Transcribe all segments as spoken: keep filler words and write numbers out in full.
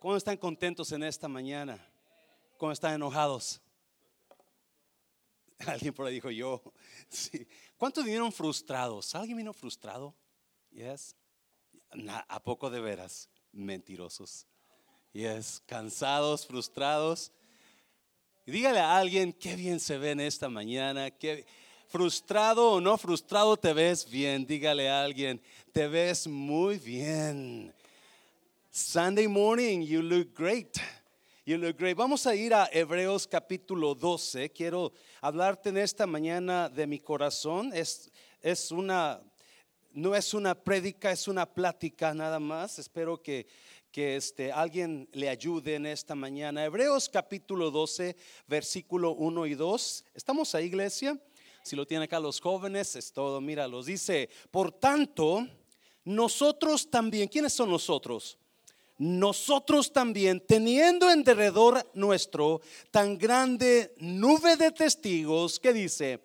¿Cómo están contentos en esta mañana? ¿Cómo están enojados? Alguien por ahí dijo yo. Sí. ¿Cuántos vinieron frustrados? ¿Alguien vino frustrado? Yes. Nah, ¿a poco de veras? Mentirosos. Yes. Cansados, frustrados. Y dígale a alguien: qué bien se ve en esta mañana. Qué frustrado o no frustrado, te ves bien. Dígale a alguien: te ves muy bien. Sunday morning, you look great. You look great. Vamos a ir a Hebreos capítulo doce. Quiero hablarte en esta mañana de mi corazón. Es, es una, no es una prédica, es una plática nada más. Espero que, que este, alguien le ayude en esta mañana. Hebreos capítulo doce, versículo uno y dos. ¿Estamos ahí, iglesia? Si lo tienen acá los jóvenes, es todo. Mira, los dice: por tanto, nosotros también. ¿Quiénes son nosotros? Nosotros también, teniendo en derredor nuestro tan grande nube de testigos, que dice: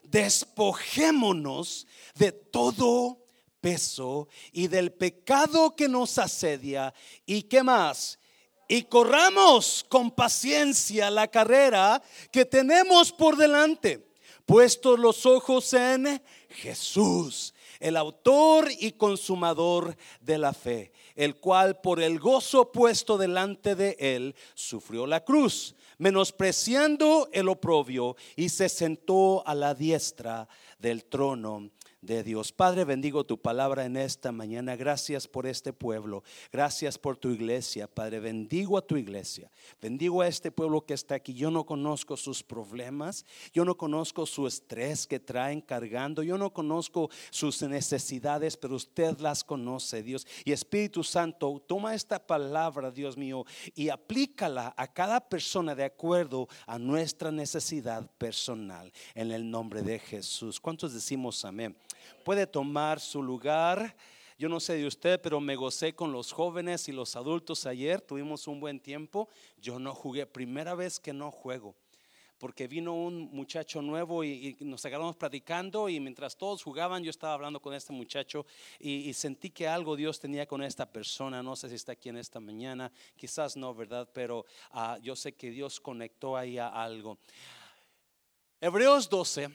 despojémonos de todo peso y del pecado que nos asedia, y qué más, y corramos con paciencia la carrera que tenemos por delante, puestos los ojos en Jesús, el autor y consumador de la fe, el cual por el gozo puesto delante de él sufrió la cruz, menospreciando el oprobio, y se sentó a la diestra del trono de Dios. Padre, bendigo tu palabra en esta mañana. Gracias por este pueblo. Gracias por tu iglesia, Padre. Bendigo a tu iglesia. Bendigo a este pueblo que está aquí. Yo no conozco sus problemas. Yo no conozco su estrés que traen cargando. Yo no conozco sus necesidades, pero usted las conoce, Dios. Y Espíritu Santo, toma esta palabra, Dios mío, y aplícala a cada persona de acuerdo a nuestra necesidad personal, en el nombre de Jesús. ¿Cuántos decimos amén? Puede tomar su lugar. Yo no sé de usted, pero me gocé con los jóvenes y los adultos ayer. Tuvimos un buen tiempo. Yo no jugué, primera vez que no juego, porque vino un muchacho nuevo y, y nos agarramos platicando, y mientras todos jugaban yo estaba hablando con este muchacho, y, y sentí que algo Dios tenía con esta persona. No sé si está aquí en esta mañana, quizás no, ¿verdad? Pero uh, yo sé que Dios conectó ahí a algo. Hebreos doce,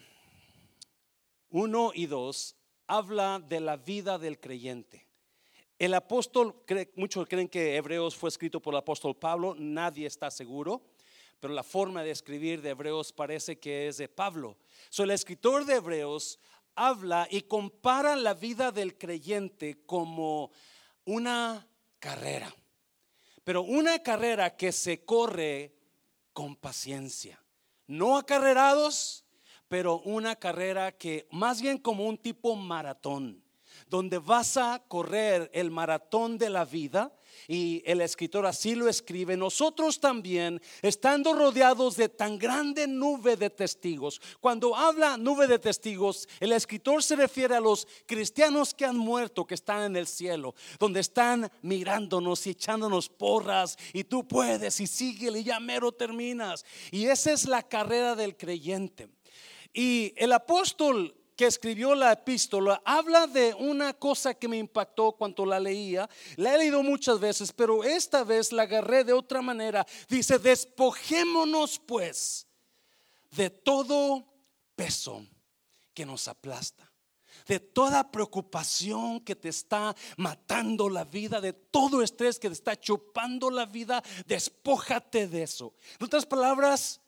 uno y dos habla de la vida del creyente. El apóstol, muchos creen que Hebreos fue escrito por el apóstol Pablo. Nadie está seguro, pero la forma de escribir de Hebreos parece que es de Pablo. So, el escritor de Hebreos habla y compara la vida del creyente como una carrera, pero una carrera que se corre con paciencia, no acarrerados, pero una carrera que más bien como un tipo maratón, donde vas a correr el maratón de la vida. Y el escritor así lo escribe: nosotros también, estando rodeados de tan grande nube de testigos. Cuando habla nube de testigos, el escritor se refiere a los cristianos que han muerto, que están en el cielo, donde están mirándonos y echándonos porras, y tú puedes, y síguele, y ya mero terminas. Y esa es la carrera del creyente. Y el apóstol que escribió la epístola habla de una cosa que me impactó cuando la leía. La he leído muchas veces, pero esta vez la agarré de otra manera. Dice: despojémonos pues de todo peso que nos aplasta, de toda preocupación que te está matando la vida, de todo estrés que te está chupando la vida. Despójate de eso. En otras palabras,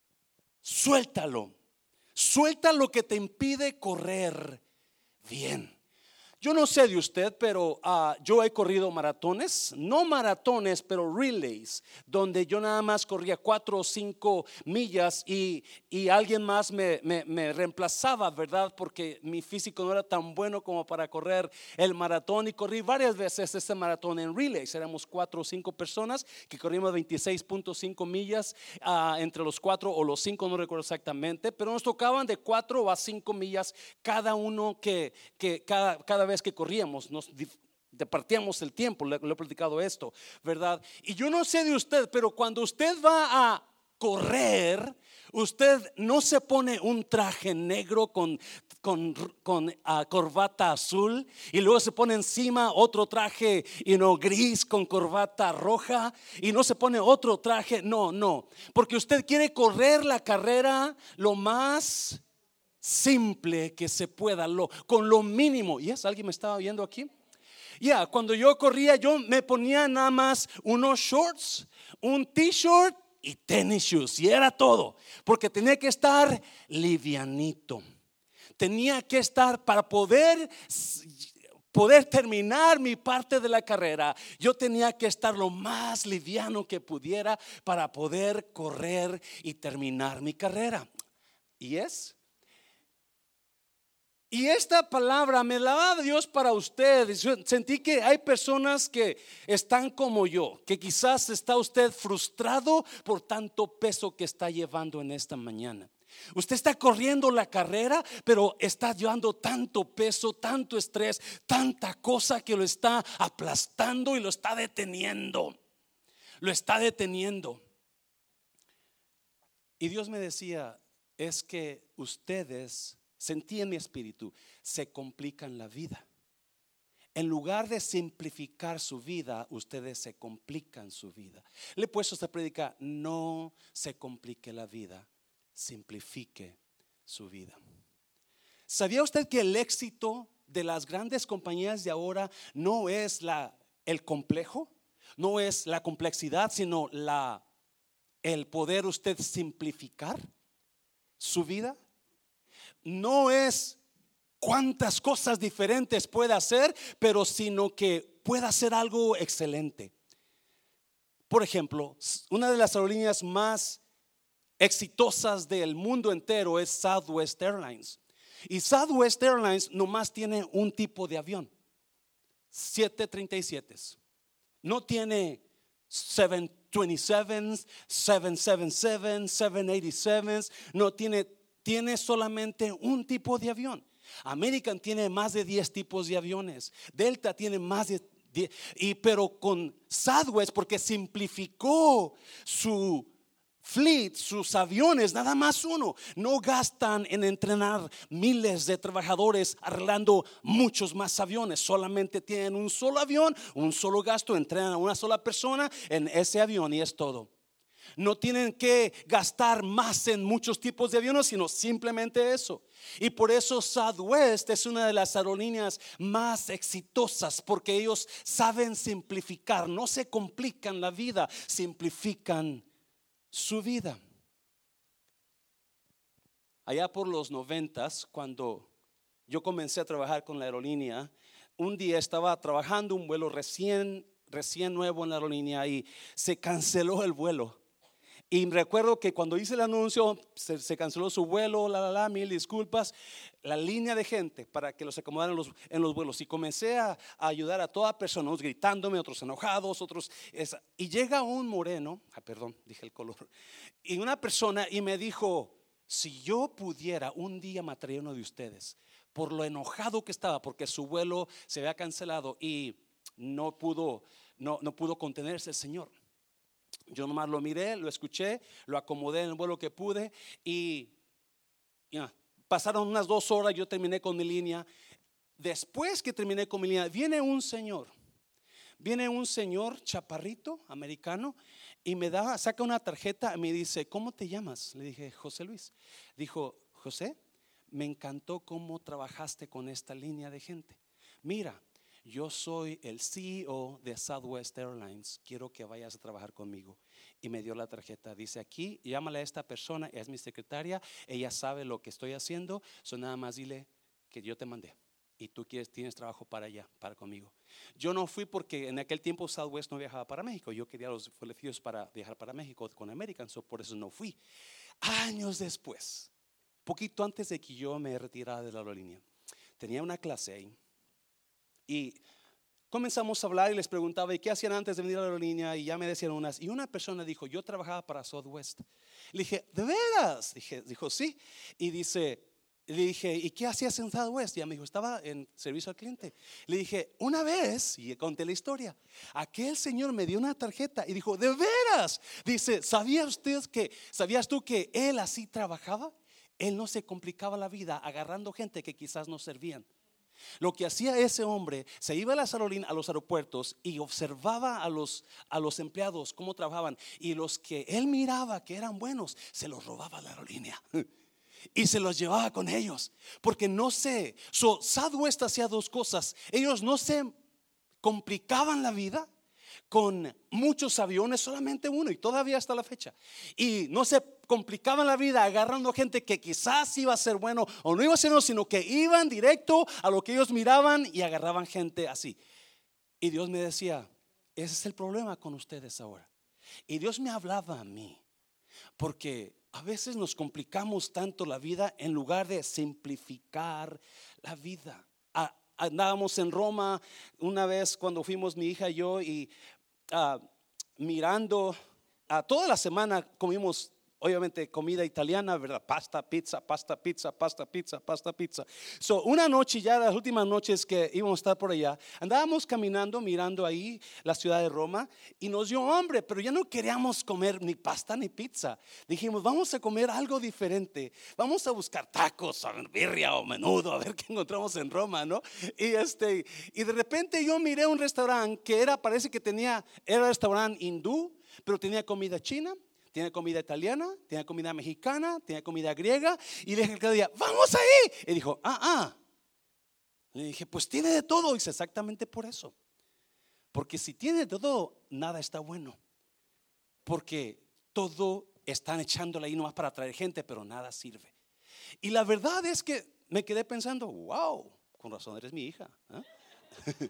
suéltalo. Suelta lo que te impide correr bien. Yo no sé de usted, pero uh, yo he corrido maratones, no maratones, pero relays, donde yo nada más corría cuatro o cinco millas y, y alguien más me, me, me reemplazaba, ¿verdad? Porque mi físico no era tan bueno como para correr el maratón, y corrí varias veces ese maratón en relays. Éramos cuatro o cinco personas que corrimos veintiséis punto cinco millas uh, entre los cuatro o los cinco, no recuerdo exactamente, pero nos tocaban de cuatro a cinco millas cada uno, que, que cada, cada vez que corríamos nos departíamos el tiempo. Le, le he platicado esto, ¿verdad? Y yo no sé de usted, pero cuando usted va a correr, usted no se pone un traje negro con, con, con uh, corbata azul y luego se pone encima otro traje you know, gris con corbata roja y no se pone otro traje. No, no, porque usted quiere correr la carrera lo más simple que se pueda, lo, con lo mínimo. ¿Y es alguien me estaba viendo aquí? Ya, yeah, cuando yo corría, yo me ponía nada más unos shorts, un t-shirt y tenis shoes, y era todo, porque tenía que estar livianito. Tenía que estar para poder poder terminar mi parte de la carrera. Yo tenía que estar lo más liviano que pudiera para poder correr y terminar mi carrera. ¿Y es? Y esta palabra me la da Dios para ustedes. Sentí que hay personas que están como yo, que quizás está usted frustrado por tanto peso que está llevando en esta mañana. Usted está corriendo la carrera, pero está llevando tanto peso, tanto estrés, tanta cosa que lo está aplastando y lo está deteniendo. Lo está deteniendo. Y Dios me decía, es que ustedes, sentí en mi espíritu, se complican la vida. En lugar de simplificar su vida, ustedes se complican su vida. Le he puesto esta prédica: no se complique la vida, simplifique su vida. ¿Sabía usted que el éxito de las grandes compañías de ahora no es la, el complejo, no es la complexidad, sino la, el poder usted simplificar su vida? No es cuántas cosas diferentes puede hacer, pero sino que pueda hacer algo excelente. Por ejemplo, una de las aerolíneas más exitosas del mundo entero es Southwest Airlines. Y Southwest Airlines nomás tiene un tipo de avión, siete treinta y siete. No tiene siete veintisiete, siete setenta y siete, siete ochenta y siete. No tiene, tiene solamente un tipo de avión. American tiene más de diez tipos de aviones. Delta tiene más de diez, y pero con Southwest, porque simplificó su fleet, sus aviones, nada más uno. No gastan en entrenar miles de trabajadores arreglando muchos más aviones. Solamente tienen un solo avión, un solo gasto, entrenan a una sola persona en ese avión y es todo. No tienen que gastar más en muchos tipos de aviones, sino simplemente eso. Y por eso Southwest es una de las aerolíneas más exitosas, porque ellos saben simplificar, no se complican la vida, simplifican su vida. Allá por los noventas, cuando yo comencé a trabajar con la aerolínea, un día estaba trabajando un vuelo recién, recién nuevo en la aerolínea y se canceló el vuelo. Y recuerdo que cuando hice el anuncio, se, se canceló su vuelo, la, la, la, mil disculpas. La línea de gente para que los acomodaran en los, en los vuelos. Y comencé a, a ayudar a toda persona, unos gritándome, otros enojados, otros. Esa. Y llega un moreno, ah, perdón, dije el color. Y una persona y me dijo: si yo pudiera, un día mataría a uno de ustedes. Por lo enojado que estaba, porque su vuelo se había cancelado y no pudo, no, no pudo contenerse el señor. Yo nomás lo miré, lo escuché, lo acomodé en el vuelo que pude y ya, pasaron unas dos horas, yo terminé con mi línea. Después que terminé con mi línea, viene un señor, viene un señor chaparrito americano y me da, saca una tarjeta y me dice: ¿cómo te llamas? Le dije: José Luis. Dijo: José, me encantó cómo trabajaste con esta línea de gente. Mira, yo soy el C E O de Southwest Airlines, quiero que vayas a trabajar conmigo. Y me dio la tarjeta, dice: aquí, llámale a esta persona, es mi secretaria, ella sabe lo que estoy haciendo, so nada más dile que yo te mandé y tú quieres, tienes trabajo para allá, para conmigo. Yo no fui porque en aquel tiempo Southwest no viajaba para México, yo quería los beneficios para viajar para México con American, so por eso no fui. Años después, poquito antes de que yo me retirara de la aerolínea, tenía una clase ahí. Y comenzamos a hablar y les preguntaba: ¿y qué hacían antes de venir a la aerolínea? Y ya me decían unas. Y una persona dijo: yo trabajaba para Southwest. Le dije: ¿de veras? Dije, dijo: sí. Y dice: Le dije, ¿y qué hacías en Southwest? Y me dijo, estaba en servicio al cliente. Le dije, una vez, y conté la historia, aquel señor me dio una tarjeta y dijo, ¿de veras? Dice, ¿sabías usted que, sabías tú que él así trabajaba? Él no se complicaba la vida agarrando gente que quizás no servían. Lo que hacía ese hombre, se iba a las aerolíneas, a los aeropuertos, y observaba a los, a los empleados cómo trabajaban, y los que él miraba que eran buenos, se los robaba a la aerolínea y se los llevaba con ellos. Porque no sé, so, Southwest hacía dos cosas. Ellos no se complicaban la vida con muchos aviones, solamente uno, y todavía hasta la fecha. Y no se complicaban la vida agarrando gente que quizás iba a ser bueno o no iba a ser bueno, sino que iban directo a lo que ellos miraban y agarraban gente así. Y Dios me decía, ese es el problema con ustedes ahora. Y Dios me hablaba a mí, porque a veces nos complicamos tanto la vida en lugar de simplificar la vida. Ah, andábamos en Roma una vez cuando fuimos mi hija y yo, y uh, mirando, uh, toda la semana comimos obviamente comida italiana, ¿verdad? Pasta, pizza, pasta, pizza, pasta, pizza, pasta, pizza. So, una noche, ya las últimas noches que íbamos a estar por allá, andábamos caminando, mirando ahí la ciudad de Roma, y nos dio hambre, pero ya no queríamos comer ni pasta ni pizza. Dijimos, vamos a comer algo diferente. Vamos a buscar tacos, o birria o menudo, a ver qué encontramos en Roma, ¿no? Y este, y de repente yo miré un restaurante que era, parece que tenía, era un restaurante hindú, pero tenía comida china, tiene comida italiana, tiene comida mexicana, tiene comida griega. Y le dije cada día, vamos ahí. Y dijo, ah, ah. Le dije, pues tiene de todo. Y dice, exactamente por eso. Porque si tiene de todo, nada está bueno. Porque todo están echándole ahí nomás para atraer gente, pero nada sirve. Y la verdad es que me quedé pensando, wow, con razón eres mi hija, ¿eh?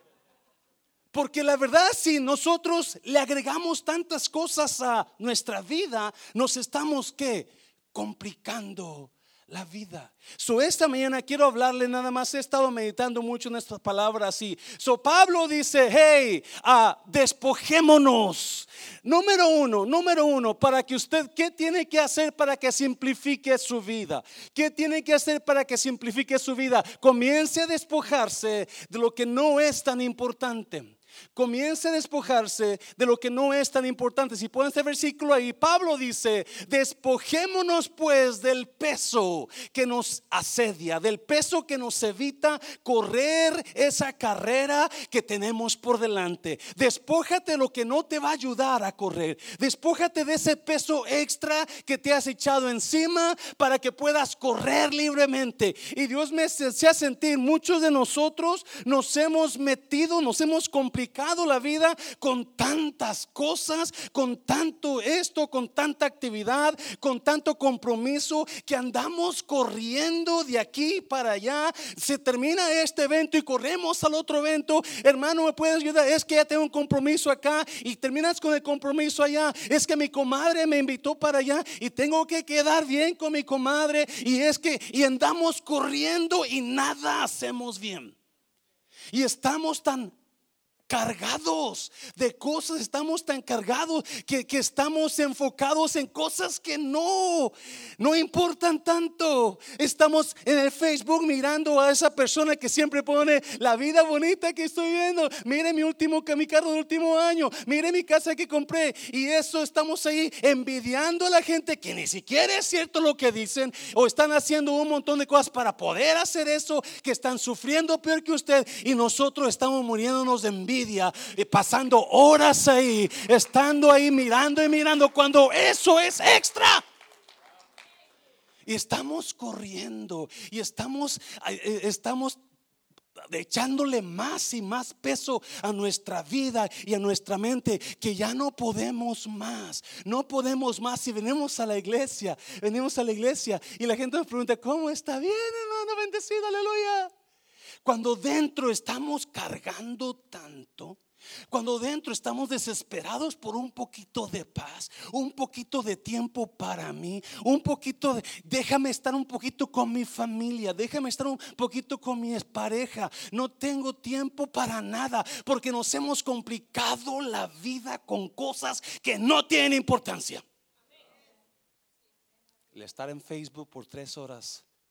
Porque la verdad, si nosotros le agregamos tantas cosas a nuestra vida, nos estamos ¿qué? Complicando la vida. So, esta mañana quiero hablarle nada más. He estado meditando mucho en estas palabras. Y so, Pablo dice, hey, uh, despojémonos. Número uno, número uno, para que usted, ¿qué tiene que hacer para que simplifique su vida? ¿Qué tiene que hacer para que simplifique su vida? Comience a despojarse de lo que no es tan importante. Comience a despojarse de lo que no es tan importante. Si ponen este versículo ahí, Pablo dice, despojémonos pues del peso que nos asedia, del peso que nos evita correr esa carrera que tenemos por delante. Despójate de lo que no te va a ayudar a correr. Despójate de ese peso extra que te has echado encima para que puedas correr libremente. Y Dios me hacía sentir, muchos de nosotros nos hemos metido, nos hemos complicado la vida con tantas cosas, con tanto esto, con tanta actividad, con tanto compromiso, que andamos corriendo de aquí para allá. Se termina este evento y corremos al otro evento. Hermano, ¿me puedes ayudar? Es que ya tengo un compromiso acá, y terminas con el compromiso allá. Es que mi comadre me invitó para allá y tengo que quedar bien con mi comadre, y es que y andamos corriendo y nada hacemos bien. Y estamos tan cargados de cosas, estamos tan cargados que, que estamos enfocados en cosas que no, no importan tanto. Estamos en el Facebook mirando a esa persona que siempre pone la vida bonita que estoy viendo. Mire mi último, mi carro del último año, mire mi casa que compré. Y eso estamos ahí envidiando a la gente que ni siquiera es cierto lo que dicen, o están haciendo un montón de cosas para poder hacer eso, que están sufriendo peor que usted, y nosotros estamos muriéndonos de envidia y pasando horas ahí, estando ahí mirando y mirando, cuando eso es extra. Y estamos corriendo y estamos estamos echándole más y más peso a nuestra vida y a nuestra mente, que ya no podemos más, no podemos más. Y venimos a la iglesia, venimos a la iglesia y la gente nos pregunta, ¿cómo está? Bien, hermano, bendecido, aleluya. Cuando dentro estamos cargando tanto, cuando dentro estamos desesperados por un poquito de paz, un poquito de tiempo para mí, un poquito de, déjame estar un poquito con mi familia, déjame estar un poquito con mi pareja. No tengo tiempo para nada, porque nos hemos complicado la vida con cosas que no tienen importancia. El estar en Facebook por tres horas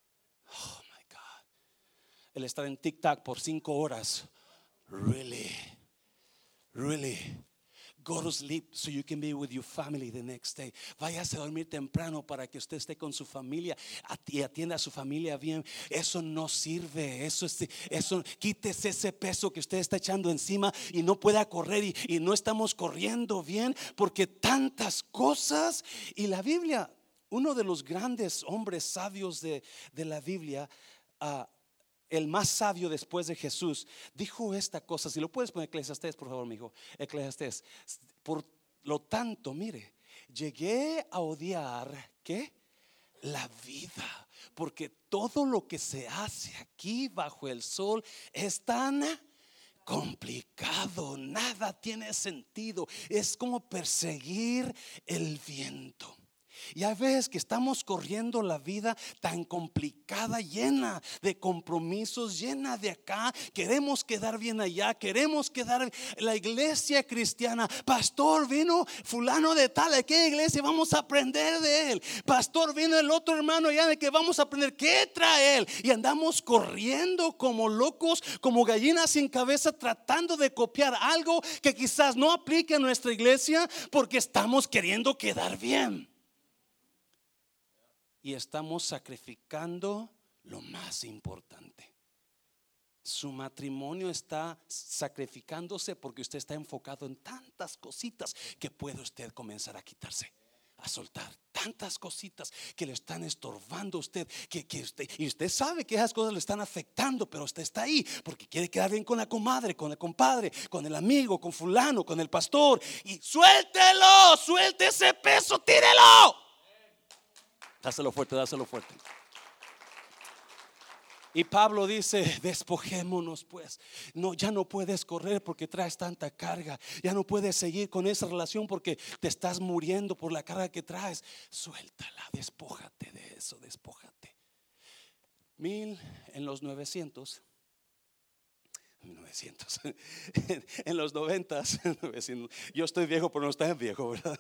Oh my God. El estar en TikTok por cinco horas. Really, really. Go to sleep so you can be with your family the next day. Váyase a dormir temprano para que usted esté con su familia y atienda a su familia bien. Eso no sirve. Eso es, eso, quítese ese peso que usted está echando encima y no pueda correr y, y no estamos corriendo bien porque tantas cosas. Y la Biblia, uno de los grandes hombres sabios de, de la Biblia, uh, el más sabio después de Jesús, dijo esta cosa. Si lo puedes poner, Eclesiastés, por favor, mi hijo. Eclesiastés. Por lo tanto, mire, llegué a odiar ¿qué? La vida, porque todo lo que se hace aquí bajo el sol es tan complicado, nada tiene sentido. Es como perseguir el viento. Y a veces que estamos corriendo la vida tan complicada, llena de compromisos, llena de acá, queremos quedar bien allá, queremos quedar la iglesia cristiana. Pastor, vino fulano de tal, ¿de qué iglesia? Vamos a aprender de él. Pastor, vino el otro hermano allá, de que vamos a aprender. ¿Qué trae él? Y andamos corriendo como locos, como gallinas sin cabeza, tratando de copiar algo que quizás no aplique a nuestra iglesia, porque estamos queriendo quedar bien. Y estamos sacrificando lo más importante. Su matrimonio está sacrificándose porque usted está enfocado en tantas cositas que puede usted comenzar a quitarse, a soltar tantas cositas que le están estorbando a usted, que, que usted, y usted sabe que esas cosas le están afectando, pero usted está ahí porque quiere quedar bien con la comadre, con el compadre, con el amigo, con fulano, con el pastor. Y suéltelo, suelte ese peso, tírelo. Dáselo fuerte, dáselo fuerte. Y Pablo dice: despojémonos pues. No, ya no puedes correr porque traes tanta carga. Ya no puedes seguir con esa relación porque te estás muriendo por la carga que traes. Suéltala, despójate de eso, despójate. Mil en los novecientos, novecientos en los noventas. Yo estoy viejo, pero no estoy viejo, ¿verdad?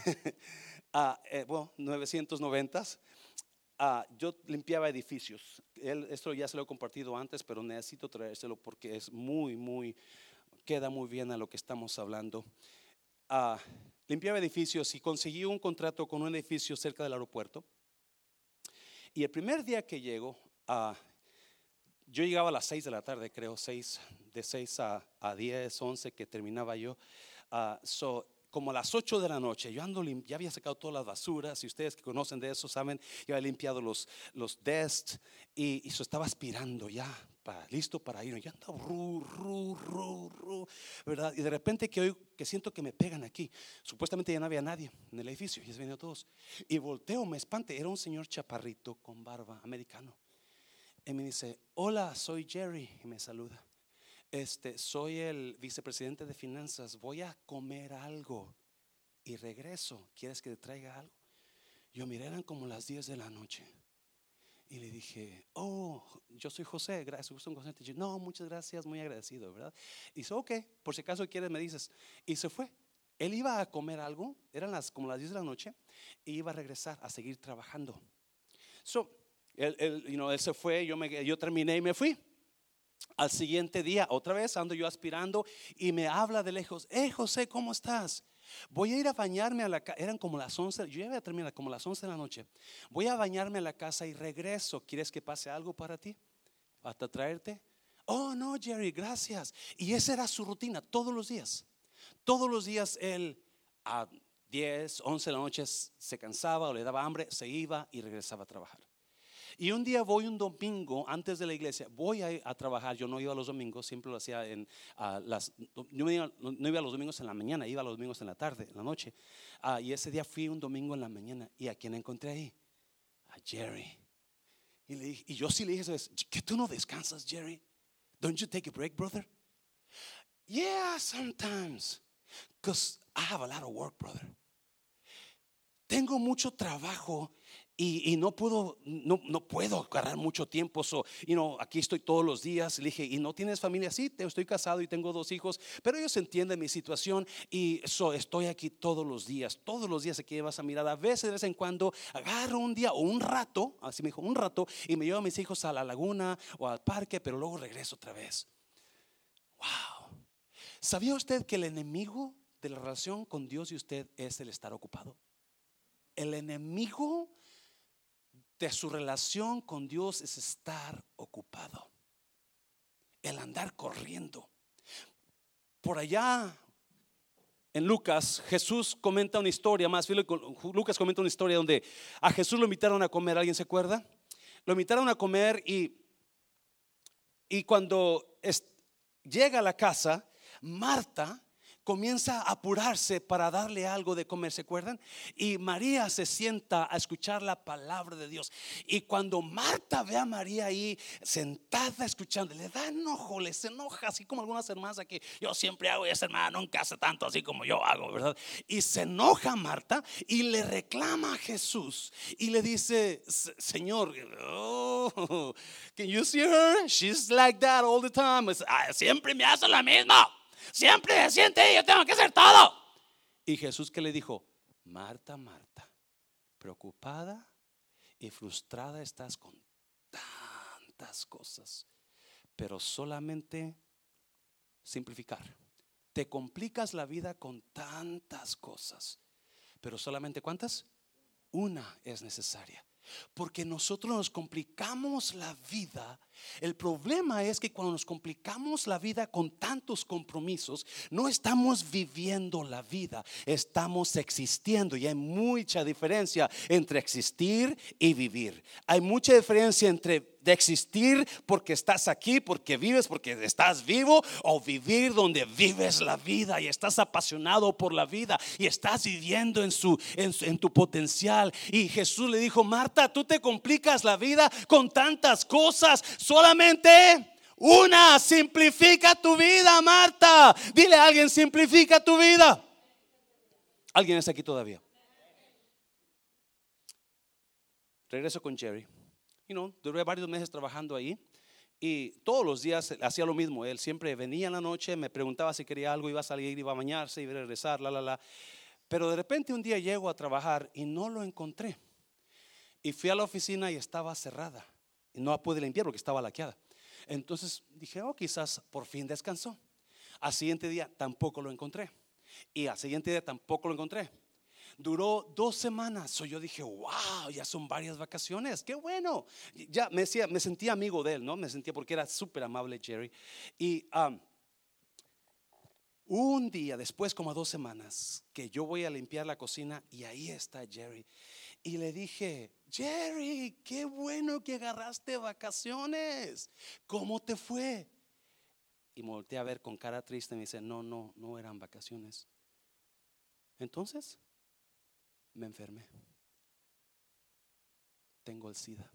Ah, eh, bueno, novecientos noventas. Ah, yo limpiaba edificios. Él, esto ya se lo he compartido antes, pero necesito traérselo porque es muy, muy, queda muy bien a lo que estamos hablando. Ah, limpiaba edificios y conseguí un contrato con un edificio cerca del aeropuerto. Y el primer día que llego, ah, yo llegaba a las seis de la tarde, creo, seis, de seis a, a diez, once que terminaba yo. Ah, so, como a las ocho de la noche, yo ando, ya había sacado todas las basuras. Y ustedes que conocen de eso saben, yo había limpiado los, los desks y, y so estaba aspirando ya, para, listo para ir. Yo ando ru, ru, ru, ru, ¿verdad? Y de repente que, oigo, que siento que me pegan aquí. Supuestamente ya no había nadie en el edificio, ya se venían todos. Y volteo, me espante, era un señor chaparrito con barba, americano. Y me dice: hola, soy Jerry. Y me saluda. Este, soy el vicepresidente de finanzas. Voy a comer algo y regreso. ¿Quieres que te traiga algo? Yo miré, eran como las diez de la noche. Y le dije: oh, yo soy José, gracias, gusto en conocerte. Yo, no, muchas gracias, muy agradecido, ¿verdad? Y dice: ok, por si acaso quieres me dices. Y se fue. Él iba a comer algo, eran las, como las diez de la noche, y iba a regresar a seguir trabajando. So, él, él, you know, él se fue, yo, me, yo terminé y me fui. Al siguiente día, otra vez ando yo aspirando y me habla de lejos: hey José, ¿cómo estás? Voy a ir a bañarme a la casa. Eran como las once, yo ya iba a terminar como las once de la noche. Voy a bañarme a la casa y regreso. ¿Quieres que pase algo para ti? ¿Hasta traerte? Oh no, Jerry, gracias. Y esa era su rutina todos los días. Todos los días él a diez, once de la noche se cansaba o le daba hambre, se iba y regresaba a trabajar. Y un día voy un domingo antes de la iglesia, voy a, a trabajar. Yo no iba los domingos, siempre lo hacía en uh, las, yo no iba, no iba los domingos en la mañana, iba los domingos en la tarde, en la noche. uh, Y ese día fui un domingo en la mañana. ¿Y a quién encontré ahí? A Jerry. Y, le dije, y yo sí le dije: ¿que tú no descansas, Jerry? Don't you take a break, brother? Yeah, sometimes, because I have a lot of work, brother. tengo mucho trabajo y, y no puedo, no, no puedo agarrar mucho tiempo. So, you know, aquí estoy todos los días. Le dije, ¿y no tienes familia? Sí, estoy casado y tengo dos hijos, pero ellos entienden mi situación y so, estoy aquí todos los días. Todos los días aquí vas a mirar. A veces de vez en cuando agarro un día o un rato, así me dijo, un rato, y me llevo a mis hijos a la laguna o al parque, pero luego regreso otra vez. Wow. ¿Sabía usted que el enemigo de la relación con Dios y usted es el estar ocupado? El enemigo de su relación con Dios es estar ocupado, el andar corriendo. Por allá en Lucas, Jesús comenta una historia más. Lucas comenta una historia donde a Jesús lo invitaron a comer. ¿Alguien se acuerda? Lo invitaron a comer y, y cuando es, llega a la casa, Marta comienza a apurarse para darle algo de comer, ¿se acuerdan? Y María se sienta a escuchar la palabra de Dios. Y cuando Marta ve a María ahí sentada escuchando, le da enojo, le se enoja, así como algunas hermanas aquí. Yo siempre hago y esa hermana nunca hace tanto así como yo hago, ¿verdad? Y se enoja Marta y le reclama a Jesús y le dice, Señor, oh, can you see her? She's like that all the time. Siempre me hace lo mismo. Siempre se siente, yo tengo que hacer todo. Y Jesús, ¿qué le dijo? Marta, Marta, preocupada y frustrada estás con tantas cosas, pero solamente simplificar. Te complicas la vida con tantas cosas, pero solamente ¿cuántas? Una es necesaria. Porque nosotros nos complicamos la vida. El problema es que cuando nos complicamos la vida con tantos compromisos, no estamos viviendo la vida, estamos existiendo. Y hay mucha diferencia entre existir y vivir. Hay mucha diferencia entre de existir porque estás aquí, porque vives, porque estás vivo, o vivir donde vives la vida y estás apasionado por la vida y estás viviendo en, su, en, en tu potencial. Y Jesús le dijo, Marta, tú te complicas la vida con tantas cosas, solamente una. Simplifica tu vida, Marta. Dile a alguien, simplifica tu vida. ¿Alguien está aquí todavía? Regreso con Jerry. You know, duré varios meses trabajando ahí y todos los días hacía lo mismo. Él siempre venía en la noche, me preguntaba si quería algo, iba a salir, iba a bañarse, iba a regresar, la, la, la. Pero de repente un día llego a trabajar y no lo encontré. Y fui a la oficina y estaba cerrada. Y no la pude limpiar porque estaba laqueada. Entonces dije, oh, quizás por fin descansó. Al siguiente día tampoco lo encontré. Y al siguiente día tampoco lo encontré. Duró dos semanas. So yo dije, wow, ya son varias vacaciones. Qué bueno. Ya me, decía, me sentía amigo de él, ¿no? Me sentía porque era súper amable Jerry. Y um, un día después, como dos semanas, que yo voy a limpiar la cocina y ahí está Jerry. Y le dije, Jerry, qué bueno que agarraste vacaciones. ¿Cómo te fue? Y me volteé a ver con cara triste y me dice, no, no, no eran vacaciones. Entonces me enfermé. Tengo el SIDA.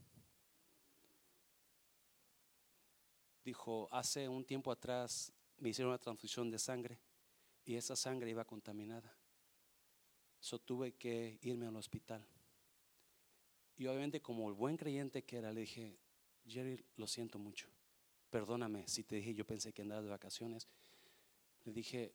Dijo, hace un tiempo atrás me hicieron una transfusión de sangre y esa sangre iba contaminada. So tuve que irme al hospital. Y obviamente, como el buen creyente que era, le dije, Jerry, lo siento mucho. Perdóname si te dije, yo pensé que andabas de vacaciones. Le dije,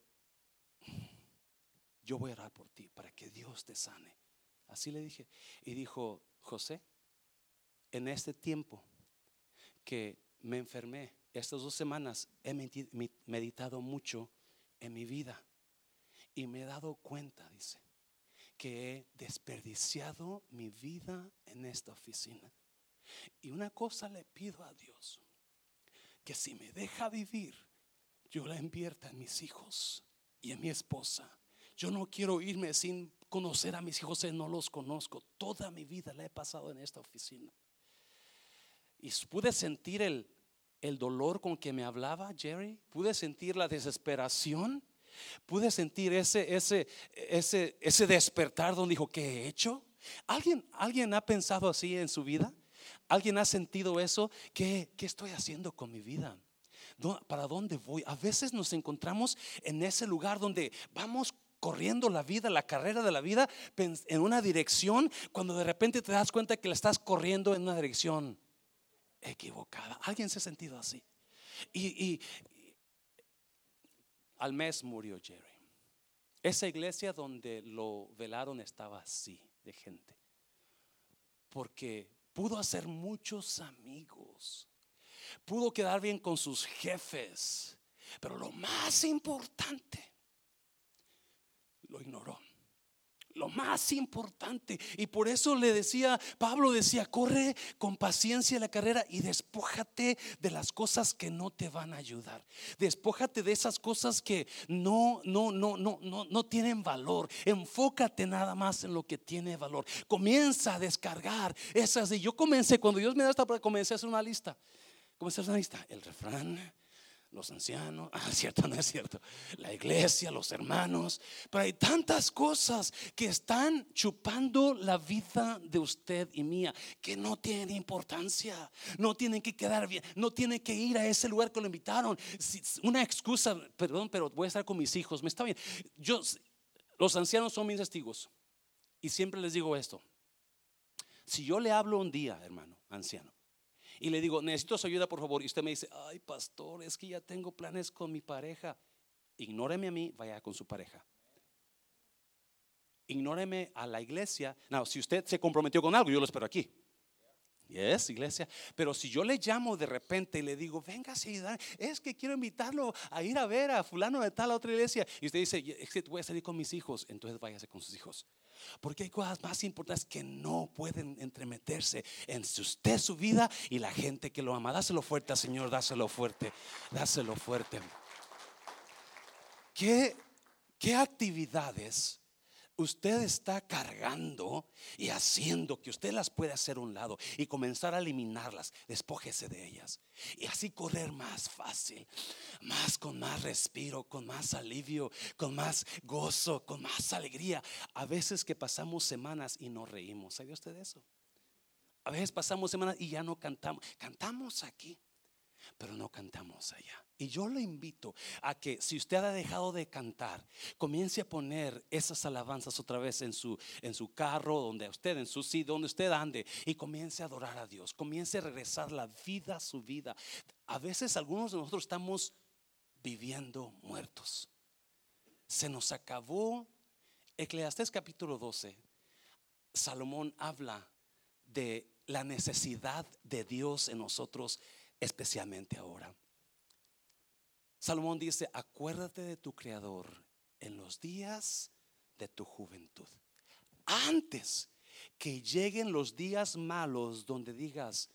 yo voy a orar por ti para que Dios te sane. Así le dije. Y dijo, José, en este tiempo que me enfermé, estas dos semanas he meditado mucho en mi vida y me he dado cuenta, dice, que he desperdiciado mi vida en esta oficina. Y una cosa le pido a Dios, que si me deja vivir, yo la invierta en mis hijos y en mi esposa. Yo no quiero irme sin conocer a mis hijos, no los conozco. Toda mi vida la he pasado en esta oficina. Y pude sentir el, el dolor con que me hablaba Jerry. Pude sentir la desesperación. Pude sentir ese, ese, ese, ese despertar donde dijo, ¿qué he hecho? ¿Alguien, ¿Alguien ha pensado así en su vida? ¿Alguien ha sentido eso? ¿Qué, qué estoy haciendo con mi vida? ¿Para dónde voy? A veces nos encontramos en ese lugar donde vamos corriendo la vida, la carrera de la vida en una dirección, cuando de repente te das cuenta que la estás corriendo en una dirección equivocada. ¿Alguien se ha sentido así? Y, y al mes murió Jerry. Esa iglesia donde lo velaron estaba así de gente, porque pudo hacer muchos amigos, pudo quedar bien con sus jefes, pero lo más importante lo ignoró. Lo más importante. Y por eso le decía, Pablo decía, corre con paciencia la carrera y despójate de las cosas que no te van a ayudar. Despójate de esas cosas que no, no, no, no, no, no tienen valor. Enfócate nada más en lo que tiene valor. Comienza a descargar esas. Y yo comencé, cuando Dios me da esta prueba, comencé a hacer una lista. Comencé a hacer una lista. El refrán, los ancianos, ah, cierto, no es cierto, la iglesia, los hermanos, pero hay tantas cosas que están chupando la vida de usted y mía, que no tienen importancia, no tienen que quedar bien, no tienen que ir a ese lugar que lo invitaron. Una excusa, perdón, pero voy a estar con mis hijos, me está bien. Yo, los ancianos son mis testigos y siempre les digo esto: si yo le hablo un día, hermano anciano, y le digo, necesito su ayuda por favor, y usted me dice, ay pastor, es que ya tengo planes con mi pareja, ignóreme a mí, vaya con su pareja. Ignóreme a la iglesia. No, si usted se comprometió con algo, yo lo espero aquí. Yes, iglesia. Pero si yo le llamo de repente y le digo, venga a ayudar, es que quiero invitarlo a ir a ver a fulano de tal a otra iglesia, y usted dice, es que voy a salir con mis hijos, entonces váyase con sus hijos. Porque hay cosas más importantes que no pueden entremeterse en usted, su vida y la gente que lo ama. Dáselo fuerte al Señor, dáselo fuerte, dáselo fuerte. ¿Qué, qué actividades usted está cargando y haciendo que usted las pueda hacer a un lado y comenzar a eliminarlas? Despójese de ellas y así correr más fácil, más con más respiro, con más alivio, con más gozo, con más alegría. A veces que pasamos semanas y nos reímos, ¿sabe usted eso? A veces pasamos semanas y ya no cantamos. Cantamos aquí, pero no cantamos allá. Y yo le invito a que, si usted ha dejado de cantar, comience a poner esas alabanzas otra vez en su, en su carro, donde usted, en su sitio, donde usted ande, y comience a adorar a Dios. Comience a regresar la vida a su vida. A veces algunos de nosotros estamos viviendo muertos. Se nos acabó. Eclesiastés capítulo doce, Salomón habla de la necesidad de Dios en nosotros, especialmente ahora. Salomón dice, acuérdate de tu Creador en los días de tu juventud, antes que lleguen los días malos, donde digas,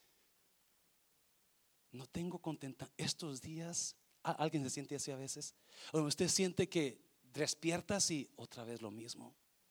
no tengo contenta estos días. ¿Alguien se siente así a veces? O usted siente que despiertas y otra vez lo mismo,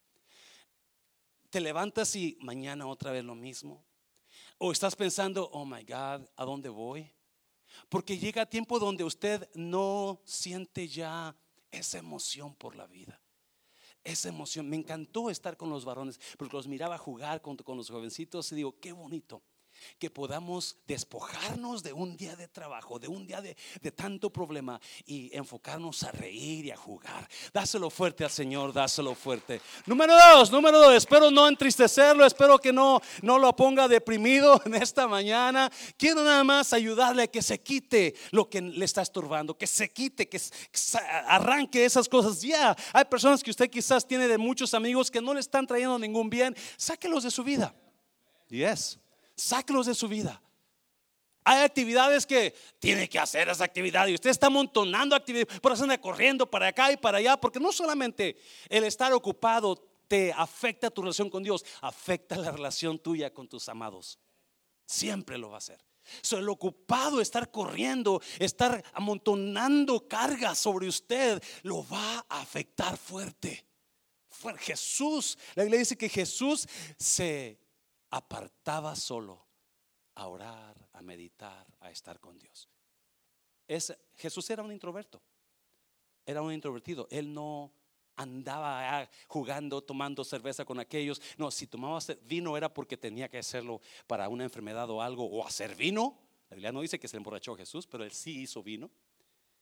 te levantas y mañana otra vez lo mismo, o estás pensando, oh my God, ¿a dónde voy? Porque llega tiempo donde usted no siente ya esa emoción por la vida, esa emoción. Me encantó estar con los varones, porque los miraba jugar con, con los jovencitos y digo, qué bonito que podamos despojarnos de un día de trabajo, de un día de, de tanto problema, y enfocarnos a reír y a jugar. Dáselo fuerte al Señor, dáselo fuerte. Número dos, número dos, espero no entristecerlo, espero que no, no lo ponga deprimido en esta mañana. Quiero nada más ayudarle a que se quite lo que le está estorbando, que se quite, que, que arranque esas cosas. Ya, yeah, hay personas que usted quizás tiene de muchos amigos que no le están trayendo ningún bien. Sáquelos de su vida. Yes. Sáquelos de su vida. Hay actividades que tiene que hacer esa actividad y usted está amontonando actividades, por eso anda corriendo para acá y para allá, porque no solamente el estar ocupado te afecta tu relación con Dios, afecta la relación tuya con tus amados. Siempre lo va a hacer. So, el ocupado, estar corriendo, estar amontonando cargas sobre usted, lo va a afectar fuerte. Jesús, la Biblia dice que Jesús se apartaba solo a orar, a meditar, a estar con Dios. Es, Jesús era un introverto, era un introvertido. Él no andaba jugando, tomando cerveza con aquellos. No, si tomaba vino era porque tenía que hacerlo para una enfermedad o algo, o hacer vino. La Biblia no dice que se emborrachó Jesús, pero él sí hizo vino.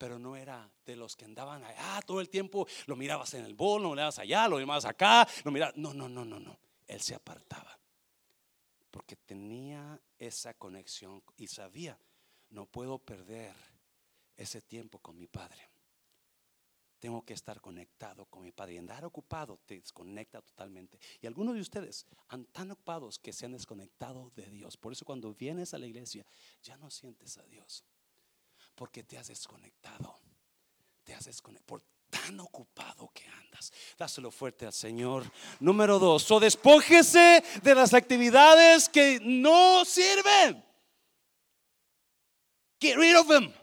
pero no era de los que andaban allá todo el tiempo. Lo mirabas en el bol, lo mirabas allá, lo mirabas acá, lo mirabas. No, no, no, no, no. Él se apartaba porque tenía esa conexión y sabía, no puedo perder ese tiempo con mi padre. Tengo que estar conectado con mi padre. Y andar ocupado te desconecta totalmente. Y algunos de ustedes han tan ocupados que se han desconectado de Dios. Por eso cuando vienes a la iglesia ya no sientes a Dios, porque te has desconectado. Te has desconectado por tan ocupado que andas. Dáselo fuerte al Señor. Número dos, so despójese de las actividades que no sirven. Get rid of them.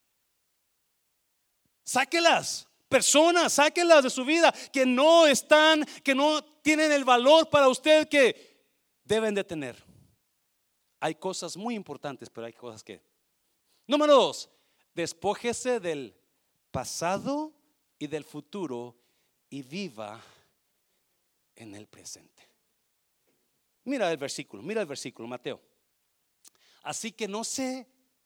Sáquelas. Personas, sáquenlas de su vida que no están, que no tienen el valor para usted que deben de tener. Hay cosas muy importantes, pero hay cosas que. Número dos, despójese del pasado y del futuro y viva en el presente. Mira el versículo, mira el versículo, Mateo. Así que no se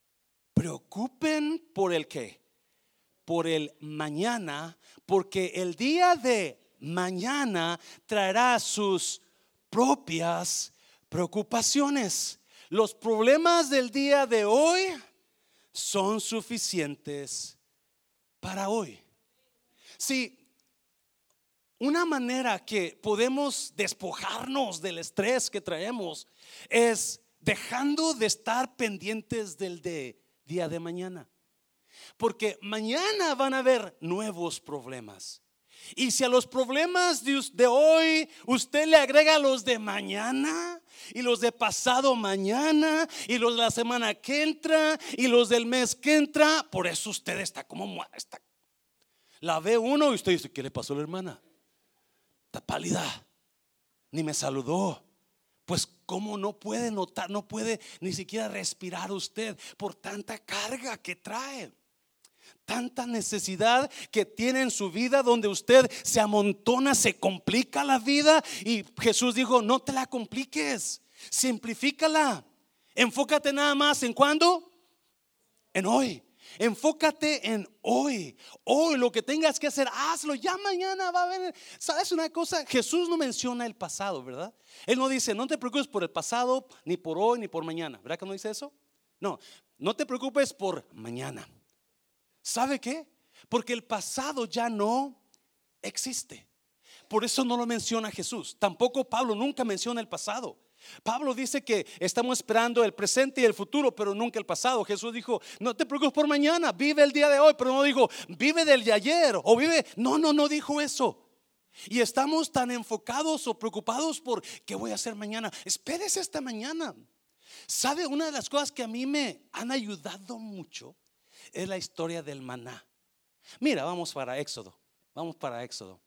preocupen por el qué. Por el mañana, porque el día de mañana traerá sus propias preocupaciones. Los problemas del día de hoy son suficientes para hoy. Si una manera que podemos despojarnos del estrés que traemos es dejando de estar pendientes del de día de mañana. Porque mañana van a haber nuevos problemas. Y si a los problemas de, de hoy usted le agrega los de mañana y los de pasado mañana y los de la semana que entra y los del mes que entra, por eso usted está como está. La ve uno y usted dice, ¿qué le pasó a la hermana? Está pálida, ni me saludó. Pues cómo no puede notar, no puede ni siquiera respirar usted por tanta carga que trae. Tanta necesidad que tiene en su vida, donde usted se amontona, se complica la vida. Y Jesús dijo, no te la compliques, simplifícala. Enfócate nada más en cuándo, en hoy. Enfócate en hoy. Hoy lo que tengas que hacer, hazlo. Ya mañana va a haber. ¿Sabes una cosa? Jesús no menciona el pasado, ¿verdad? Él no dice, no te preocupes por el pasado, ni por hoy, ni por mañana. ¿Verdad que no dice eso? No, no te preocupes por mañana. ¿Sabe qué? Porque el pasado ya no existe. Por eso no lo menciona Jesús. Tampoco Pablo nunca menciona el pasado. Pablo dice que estamos esperando el presente y el futuro, pero nunca el pasado. Jesús dijo, no te preocupes por mañana, vive el día de hoy. Pero no dijo, vive del de ayer o vive. No, no, no dijo eso. Y estamos tan enfocados o preocupados por qué voy a hacer mañana. Espérese esta mañana. ¿Sabe? Una de las cosas que a mí me han ayudado mucho es la historia del maná. Mira, vamos para Éxodo. Vamos para Éxodo.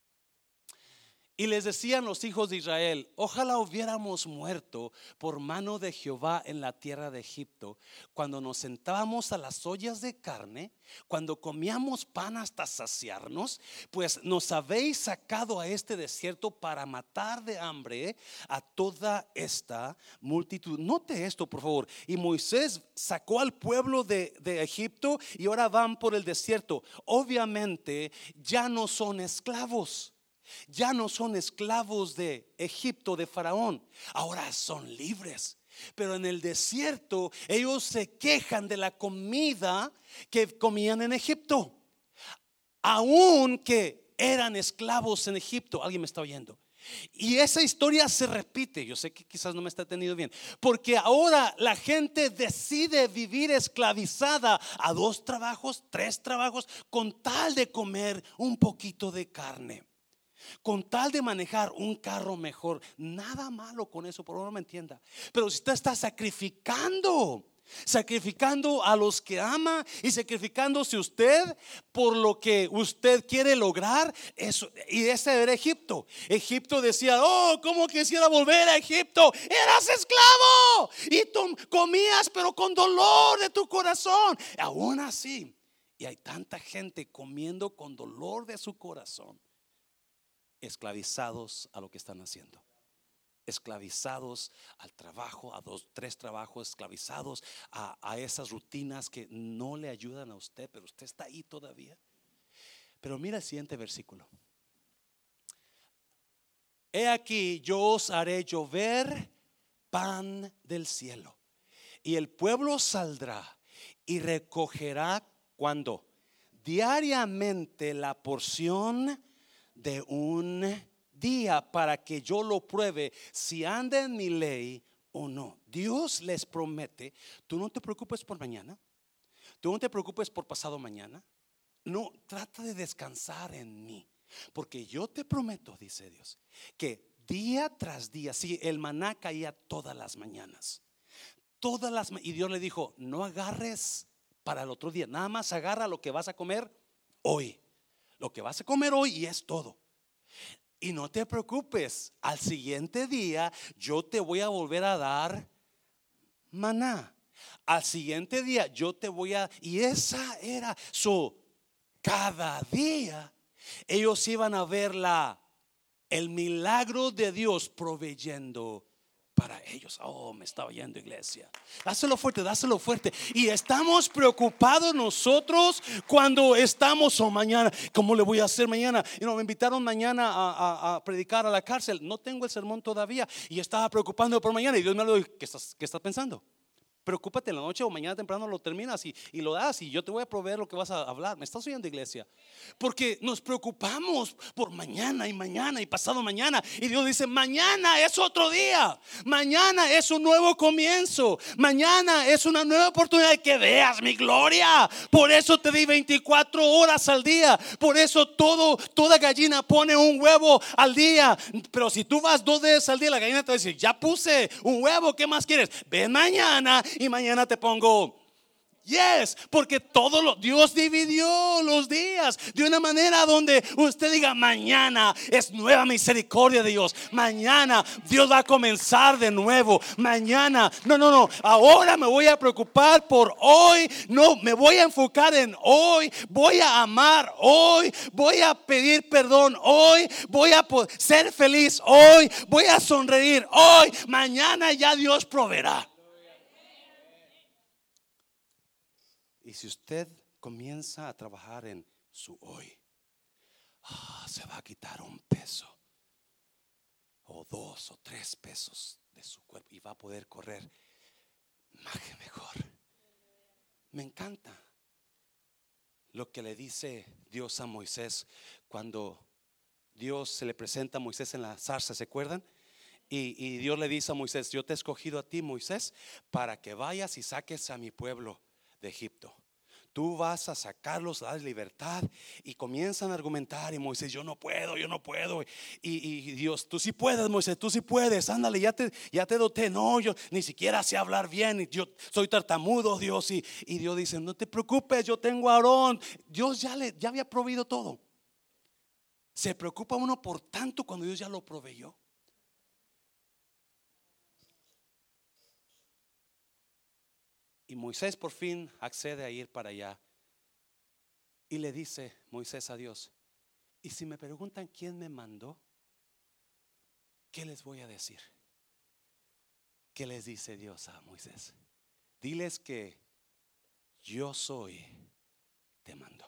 Y les decían los hijos de Israel, ojalá hubiéramos muerto por mano de Jehová en la tierra de Egipto, cuando nos sentábamos a las ollas de carne, cuando comíamos pan hasta saciarnos, pues nos habéis sacado a este desierto para matar de hambre a toda esta multitud. Note esto, por favor. Y Moisés sacó al pueblo de, de Egipto y ahora van por el desierto. Obviamente ya no son esclavos. Ya no son esclavos de Egipto, de Faraón. Ahora son libres. Pero en el desierto ellos se quejan de la comida que comían en Egipto, aun que eran esclavos en Egipto. ¿Alguien me está oyendo? Y esa historia se repite. Yo sé que quizás no me está entendiendo bien, porque ahora la gente decide vivir esclavizada a dos trabajos, tres trabajos, con tal de comer un poquito de carne, con tal de manejar un carro mejor. Nada malo con eso, por favor no me entienda. Pero si usted está sacrificando, sacrificando a los que ama y sacrificándose usted por lo que usted quiere lograr, eso. Y ese era Egipto. Egipto decía, oh, cómo quisiera volver a Egipto. Eras esclavo y tú comías, pero con dolor de tu corazón. Aún así, y hay tanta gente comiendo con dolor de su corazón, esclavizados a lo que están haciendo. esclavizados al trabajo, a dos, tres trabajos, esclavizados a, a esas rutinas que no le ayudan a usted, pero usted está ahí todavía. Pero mira el siguiente versículo. He aquí, yo os haré llover pan del cielo, y el pueblo saldrá y recogerá, ¿cuándo? Diariamente la porción de un día, para que yo lo pruebe si anda en mi ley o no. Dios les promete: tú no te preocupes por mañana, tú no te preocupes por pasado mañana. No, trata de descansar en mí, porque yo te prometo, dice Dios, que día tras día, si el maná caía todas las mañanas, todas las ma- y Dios le dijo: no agarres para el otro día, nada más agarra lo que vas a comer hoy, lo que vas a comer hoy, y es todo. Y no te preocupes, al siguiente día yo te voy a volver a dar maná. Al siguiente día yo te voy a, y esa era su, cada día ellos iban a ver la, el milagro de Dios proveyendo para ellos. Oh, me está oyendo, iglesia. Dáselo fuerte, dáselo fuerte. Y estamos preocupados nosotros cuando estamos, o oh, mañana, ¿cómo le voy a hacer mañana? Y no, me invitaron mañana a, a, a predicar a la cárcel. No tengo el sermón todavía y estaba preocupando por mañana. Y Dios me lo dijo: ¿qué estás, qué estás pensando? Preocúpate en la noche o mañana temprano lo terminas y, y lo das, y yo te voy a proveer lo que vas a hablar. ¿Me estás oyendo, iglesia? Porque nos preocupamos por mañana y mañana y pasado mañana, y Dios dice: mañana es otro día, mañana es un nuevo comienzo, mañana es una nueva oportunidad de que veas mi gloria. Por eso te di veinticuatro horas al día. Por eso todo, toda gallina pone un huevo al día. Pero si tú vas dos veces al día, la gallina te va a decir: ya puse un huevo, ¿qué más quieres? Ven mañana y mañana te pongo. Yes, porque todo lo, Dios dividió los días de una manera donde usted diga: mañana es nueva misericordia de Dios, mañana Dios va a comenzar de nuevo, mañana, no, no, no, ahora me voy a preocupar por hoy, no, me voy a enfocar en hoy, voy a amar hoy, voy a pedir perdón hoy, voy a ser feliz hoy, voy a sonreír hoy, mañana ya Dios proveerá. Y si usted comienza a trabajar en su hoy, ah, se va a quitar un peso o dos o tres pesos de su cuerpo y va a poder correr más que mejor. Me encanta lo que le dice Dios a Moisés cuando Dios se le presenta a Moisés en la zarza, ¿se acuerdan? Y, y Dios le dice a Moisés: yo te he escogido a ti, Moisés, para que vayas y saques a mi pueblo de Egipto. Tú vas a sacarlos, a dar libertad. Y comienzan a argumentar, y Moisés: yo no puedo, yo no puedo. Y, y Dios: tú sí puedes, Moisés, tú sí puedes, ándale, ya te, ya te doté. No, yo ni siquiera sé hablar bien, yo soy tartamudo, Dios. Y, y Dios dice: no te preocupes, yo tengo a Aarón. Dios ya, le, ya había proveído todo. Se preocupa uno por tanto cuando Dios ya lo proveyó. Y Moisés por fin accede a ir para allá. Y le dice Moisés a Dios: y si me preguntan quién me mandó, ¿qué les voy a decir? ¿Qué les dice Dios a Moisés? Diles que yo soy te mandó.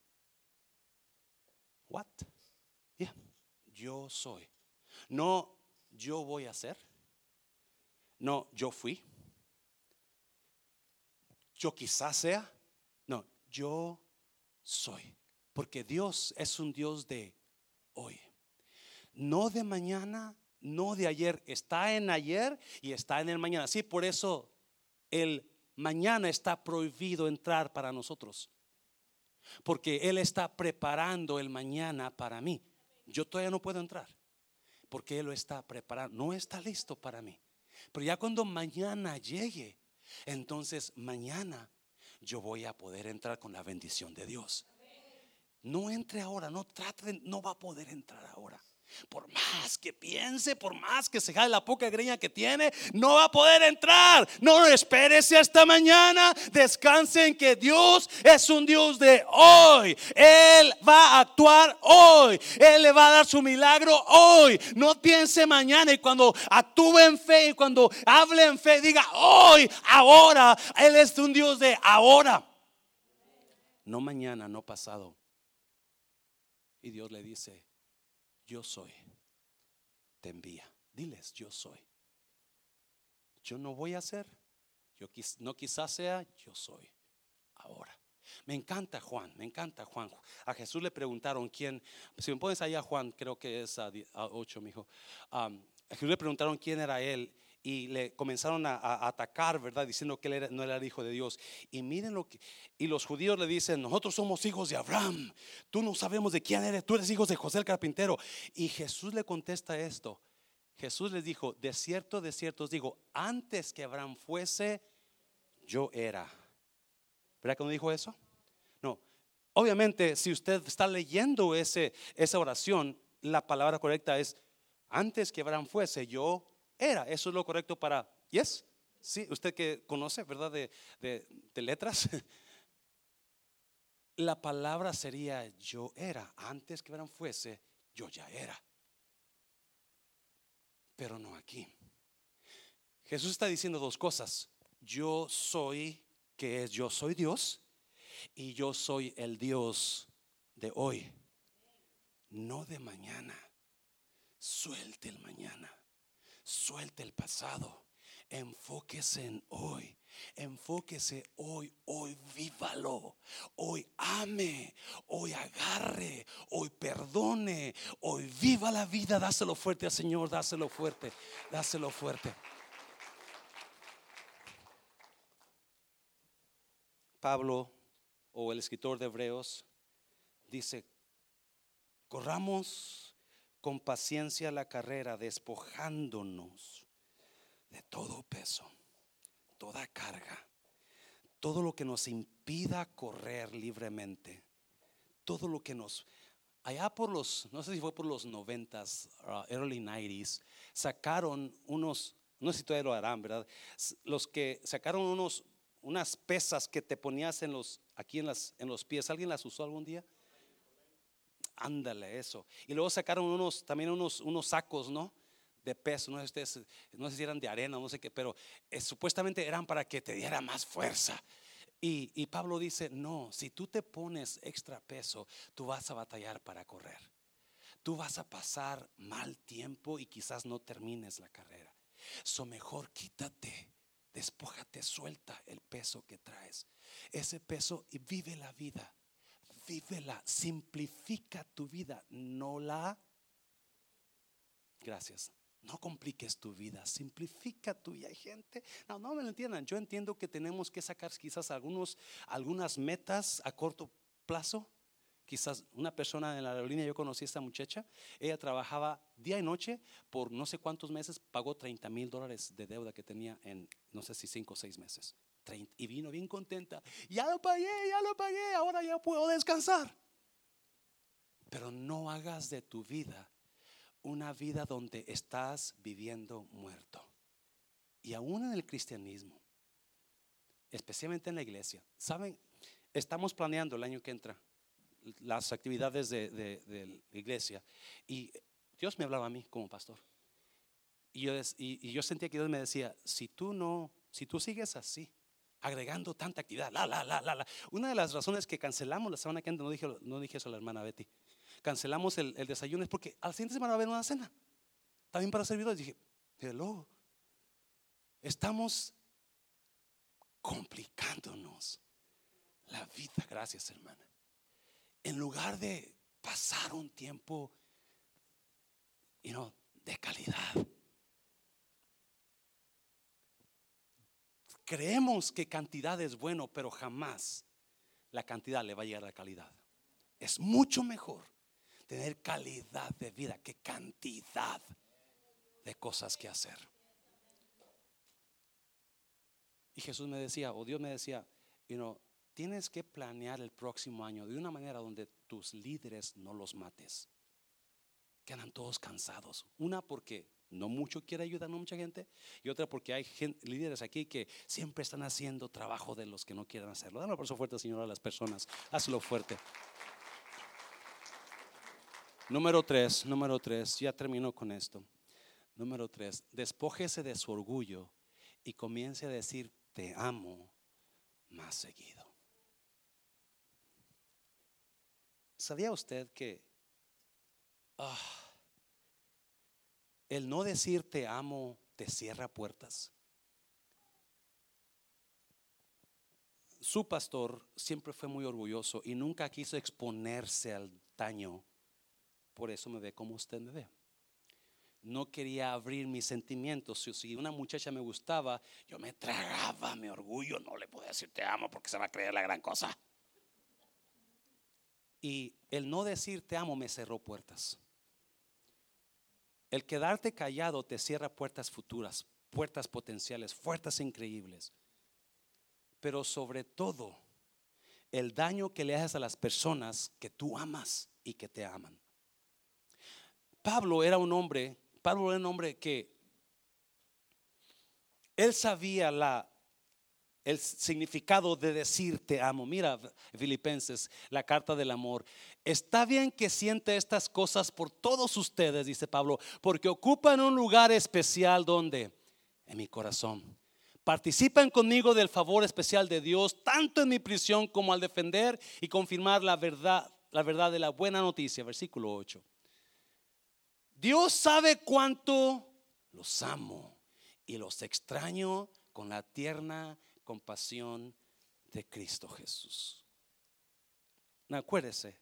What? Yeah, yo soy. No yo voy a hacer. No yo fui. Yo quizás sea. No, yo soy. Porque Dios es un Dios de hoy, no de mañana, no de ayer. Está en ayer y está en el mañana. Sí, por eso el mañana está prohibido entrar para nosotros, porque Él está preparando el mañana para mí. Yo todavía no puedo entrar porque Él lo está preparando, no está listo para mí. Pero ya cuando mañana llegue, entonces mañana yo voy a poder entrar con la bendición de Dios. No entre ahora, no trate de, no va a poder entrar ahora. Por más que piense, por más que se jale la poca greña que tiene, no va a poder entrar. No, espérese hasta mañana. Descanse en que Dios es un Dios de hoy. Él va a actuar hoy. Él le va a dar su milagro hoy. No piense mañana, y cuando actúe en fe y cuando hable en fe, diga hoy, ahora. Él es un Dios de ahora, no mañana, no pasado. Y Dios le dice: yo soy, te envía. Diles: yo soy. Yo no voy a hacer, yo quiz, no quizás sea, yo soy ahora. Me encanta Juan, me encanta Juan. A Jesús le preguntaron quién. Si me pones ahí a Juan, creo que es a, a ocho, mi hijo. Um, a Jesús le preguntaron quién era él. Y le comenzaron a, a atacar, ¿verdad? Diciendo que él era, no era el hijo de Dios. Y miren lo que, y los judíos le dicen: nosotros somos hijos de Abraham, tú no sabemos de quién eres, tú eres hijo de José el carpintero. Y Jesús le contesta esto. Jesús les dijo: de cierto, de cierto os digo, antes que Abraham fuese, yo era. ¿Verdad que no dijo eso? No. Obviamente, si usted está leyendo ese, esa oración, la palabra correcta es: antes que Abraham fuese, yo era. Eso es lo correcto para, yes, sí, usted que conoce, ¿verdad? De, de, de letras. La palabra sería: yo era. Antes que Abraham fuese, yo ya era. Pero no aquí. Jesús está diciendo dos cosas: yo soy, que es yo soy Dios, y yo soy el Dios de hoy, no de mañana. Suelte el mañana, suelte el pasado, enfóquese en hoy. Enfóquese hoy, hoy vívalo, hoy ame, hoy agarre, hoy perdone, hoy viva la vida. Dáselo fuerte al Señor, dáselo fuerte, dáselo fuerte. Pablo, o el escritor de Hebreos, dice: corramos con paciencia la carrera, despojándonos de todo peso, toda carga, todo lo que nos impida correr libremente, todo lo que nos, allá por los, no sé si fue por los noventas, uh, early nineties, sacaron unos, no sé si todavía lo harán, ¿verdad? Los que sacaron unos, unas pesas que te ponías en los, aquí en las, en los pies. ¿Alguien las usó algún día? Ándale, eso. Y luego sacaron unos, también unos, unos sacos, ¿no? De peso, no sé, ustedes, no sé si eran de arena, no sé qué, pero eh, supuestamente eran para que te diera más fuerza. Y, y Pablo dice: no, si tú te pones extra peso, tú vas a batallar para correr. Tú vas a pasar mal tiempo y quizás no termines la carrera. So mejor quítate, despójate, suelta el peso que traes, ese peso, y vive la vida. Vívela, simplifica tu vida, no la, gracias, no compliques tu vida, simplifica tu vida. Hay gente, no, no me lo entiendan. Yo entiendo que tenemos que sacar quizás algunos, algunas metas a corto plazo. Quizás una persona en la aerolínea, yo conocí a esta muchacha, ella trabajaba día y noche por no sé cuántos meses, pagó treinta mil dólares de deuda que tenía en no sé si cinco o seis meses. Y vino bien contenta: ya lo pagué, ya lo pagué, ahora ya puedo descansar. Pero no hagas de tu vida una vida donde estás viviendo muerto. Y aún en el cristianismo, especialmente en la iglesia, ¿saben? Estamos planeando el año que entra las actividades de, de, de la iglesia, y Dios me hablaba a mí como pastor. Y yo, y, y yo sentía que Dios me decía: si tú no, si tú sigues así, agregando tanta actividad, la, la, la, la, la. Una de las razones que cancelamos la semana que entra, no dije, no dije eso a la hermana Betty, cancelamos el, el desayuno, es porque a la siguiente semana va a haber una cena también para servidores. Dije: hello, estamos complicándonos la vida. Gracias, hermana. En lugar de pasar un tiempo, you know, de calidad. Creemos que cantidad es bueno, pero jamás la cantidad le va a llegar a la calidad. Es mucho mejor tener calidad de vida que cantidad de cosas que hacer. Y Jesús me decía, o Dios me decía, you know, tienes que planear el próximo año de una manera donde tus líderes no los mates. quedan todos cansados. Una porque no mucho quiere ayudar, no mucha gente, y otra porque hay gente, líderes aquí que siempre están haciendo trabajo de los que no quieren hacerlo. Dale un aplauso fuerte, Señor, a las personas. Hazlo fuerte. Número tres, número tres, ya termino con esto. Número tres, despójese de su orgullo y comience a decir te amo más seguido. ¿Sabía usted que ah, el no decir te amo te cierra puertas? Su pastor siempre fue muy orgulloso y nunca quiso exponerse al daño. Por eso me ve como usted me ve. No quería abrir mis sentimientos. Si una muchacha me gustaba, yo me tragaba mi orgullo. No le podía decir te amo porque se va a creer la gran cosa. Y el no decir te amo me cerró puertas. El quedarte callado te cierra puertas futuras, puertas potenciales, puertas increíbles. Pero sobre todo, el daño que le haces a las personas que tú amas y que te aman. Pablo era un hombre, Pablo era un hombre que él sabía la el significado de decir te amo. Mira Filipenses, la carta del amor. Está bien que siente estas cosas por todos ustedes, dice Pablo, porque ocupan un lugar especial donde en mi corazón. Participan conmigo del favor especial de Dios, tanto en mi prisión como al defender y confirmar la verdad, la verdad de la buena noticia. Versículo ocho. Dios sabe cuánto los amo y los extraño con la tierna compasión de Cristo Jesús. No, acuérdese,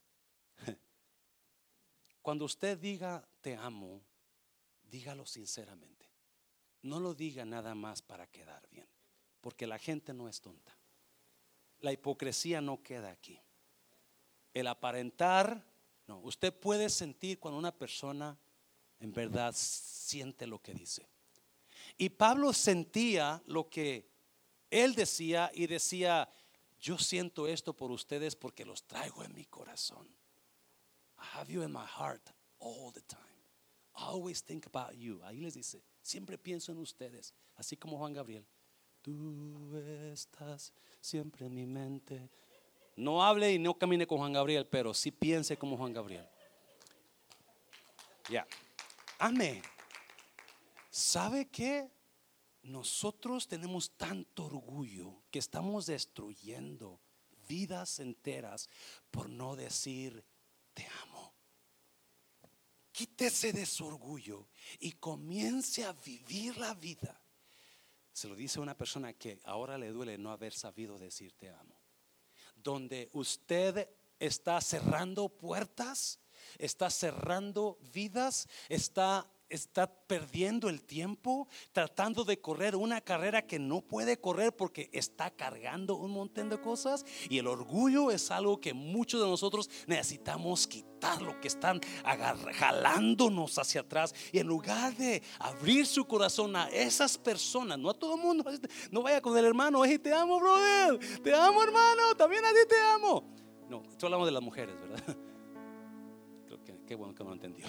cuando usted diga te amo, dígalo sinceramente. No lo diga nada más para quedar bien, porque la gente no es tonta. La hipocresía no queda aquí. El aparentar, no. Usted puede sentir cuando una persona en verdad siente lo que dice. Y Pablo sentía lo que él decía y decía, yo siento esto por ustedes porque los traigo en mi corazón. I have you in my heart all the time. I always think about you. Ahí les dice, siempre pienso en ustedes, así como Juan Gabriel. Tú estás siempre en mi mente. No hable y no camine con Juan Gabriel, pero sí piense como Juan Gabriel. Ya, yeah. Amén. ¿Sabe qué? Nosotros tenemos tanto orgullo que estamos destruyendo vidas enteras por no decir te amo. Quítese de su orgullo y comience a vivir la vida. Se lo dice una persona que ahora le duele no haber sabido decir te amo. Donde usted está cerrando puertas, está cerrando vidas, está Está perdiendo el tiempo tratando de correr una carrera que no puede correr porque está cargando un montón de cosas. Y el orgullo es algo que muchos de nosotros necesitamos quitar, lo que están agar- jalándonos hacia atrás. Y en lugar de abrir su corazón a esas personas, no a todo el mundo, no vaya con el hermano, hey, te amo, brother, te amo, hermano, también a ti te amo. No, esto hablamos de las mujeres, ¿verdad? Creo que qué bueno que no lo entendió.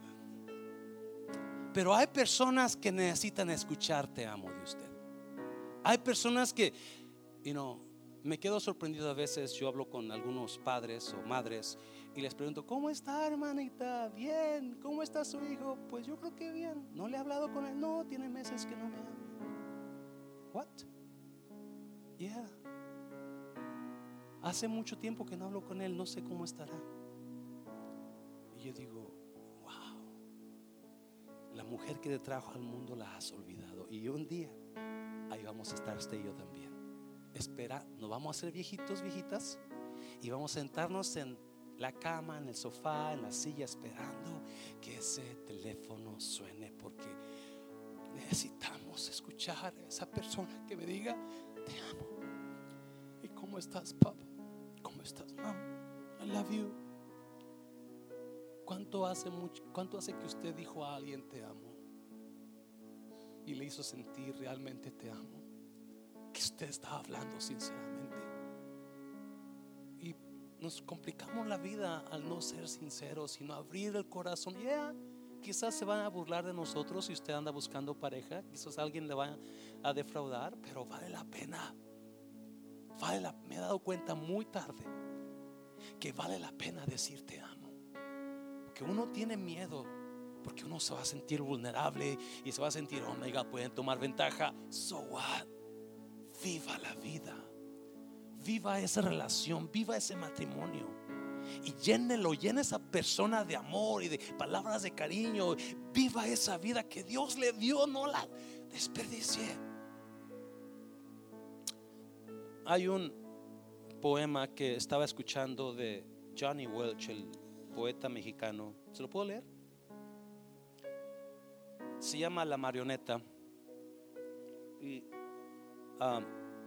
Pero hay personas que necesitan escuchar te amo de usted. Hay personas que, you know, me quedo sorprendido a veces. Yo hablo con algunos padres o madres y les pregunto, ¿cómo está, hermanita? Bien. ¿Cómo está su hijo? Pues yo creo que bien. ¿No le he hablado con él? No, tiene meses que no me habla. What? Yeah. Hace mucho tiempo que no hablo con él, no sé cómo estará. Y yo digo, la mujer que te trajo al mundo la has olvidado. Y un día ahí vamos a estar usted y yo también. Espera, nos vamos a hacer viejitos, viejitas, y vamos a sentarnos en la cama, en el sofá, en la silla, esperando que ese teléfono suene, porque necesitamos escuchar a esa persona que me diga te amo. ¿Y cómo estás, papá? ¿Cómo estás, mom? I love you. ¿Cuánto hace mucho, cuánto hace que usted dijo a alguien te amo y le hizo sentir realmente te amo? Que usted estaba hablando sinceramente. Y nos complicamos la vida al no ser sinceros, sino abrir el corazón. Yeah, quizás se van a burlar de nosotros si usted anda buscando pareja, quizás alguien le va a defraudar, pero vale la pena. Vale la, me he dado cuenta muy tarde que vale la pena decir te amo, porque uno tiene miedo, porque uno se va a sentir vulnerable y se va a sentir, oh my God, pueden tomar ventaja. So what? Viva la vida, viva esa relación, viva ese matrimonio y llénelo, llena esa persona de amor y de palabras de cariño. Viva esa vida que Dios le dio, no la desperdicie. Hay un poema que estaba escuchando de Johnny Welch, el poeta mexicano. ¿Se lo puedo leer? Se llama La Marioneta y um,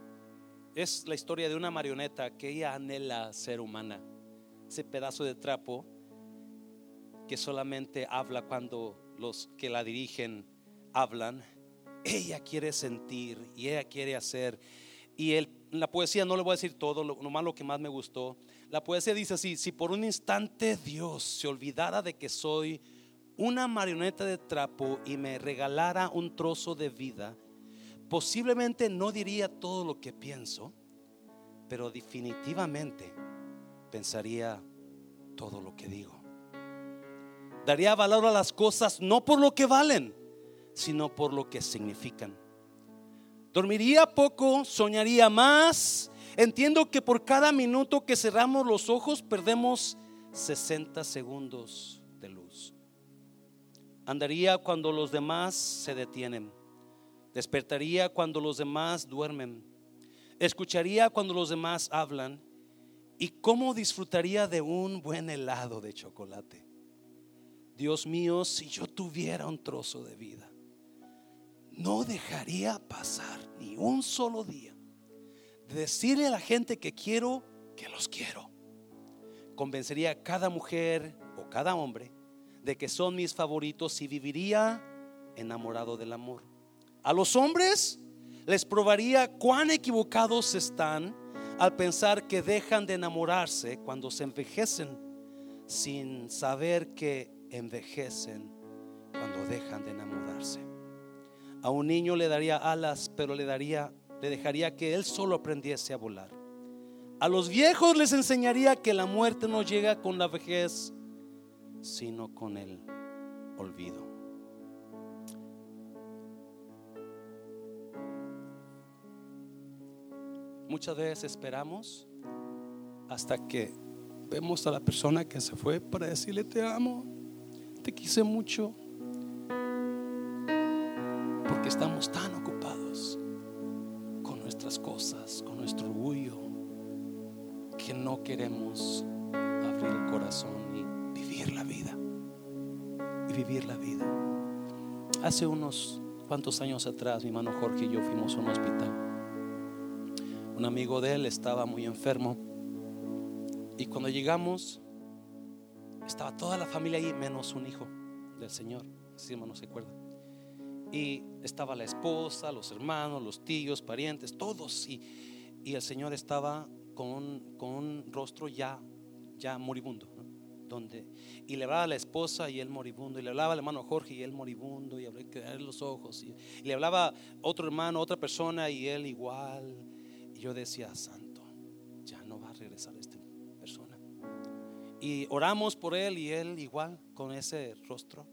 es la historia de una marioneta que ella anhela ser humana, ese pedazo de trapo que solamente habla cuando los que la dirigen hablan. Ella quiere sentir y ella quiere hacer. Y el, la poesía, no le voy a decir todo, lo, nomás lo que más me gustó. La poesía dice así: si por un instante Dios se olvidara de que soy una marioneta de trapo y me regalara un trozo de vida, posiblemente no diría todo lo que pienso, pero definitivamente pensaría todo lo que digo. Daría valor a las cosas no por lo que valen, sino por lo que significan. Dormiría poco, soñaría más. Entiendo que por cada minuto que cerramos los ojos perdemos sesenta segundos de luz. Andaría cuando los demás se detienen. Despertaría cuando los demás duermen. Escucharía cuando los demás hablan. Y cómo disfrutaría de un buen helado de chocolate. Dios mío, si yo tuviera un trozo de vida, no dejaría pasar ni un solo día de decirle a la gente que quiero que los quiero. Convencería a cada mujer o cada hombre de que son mis favoritos y viviría enamorado del amor. A los hombres les probaría cuán equivocados están al pensar que dejan de enamorarse cuando se envejecen, sin saber que envejecen cuando dejan de enamorarse. A un niño le daría alas, pero le daría, le dejaría que él solo aprendiese a volar. A los viejos les enseñaría que la muerte no llega con la vejez, sino con el olvido. Muchas veces esperamos hasta que vemos a la persona que se fue para decirle te amo, te quise mucho, porque estamos tan ocupados con nuestras cosas, con nuestro orgullo, que no queremos abrir el corazón y vivir la vida. Y vivir la vida. Hace unos cuantos años atrás, mi hermano Jorge y yo fuimos a un hospital. Un amigo de él estaba muy enfermo, y cuando llegamos estaba toda la familia ahí menos un hijo del Señor, si hermano se acuerda. Y estaba la esposa, los hermanos, los tíos, parientes, todos. Y, y el Señor estaba con un, con un rostro ya, ya moribundo, ¿no? Donde, y le hablaba a la esposa y él moribundo, y le hablaba al hermano Jorge y él moribundo, y hablaba que los ojos, y, y le hablaba a otro hermano, otra persona, y él igual. Y yo decía, santo, ya no va a regresar esta persona. Y oramos por él y él igual con ese rostro.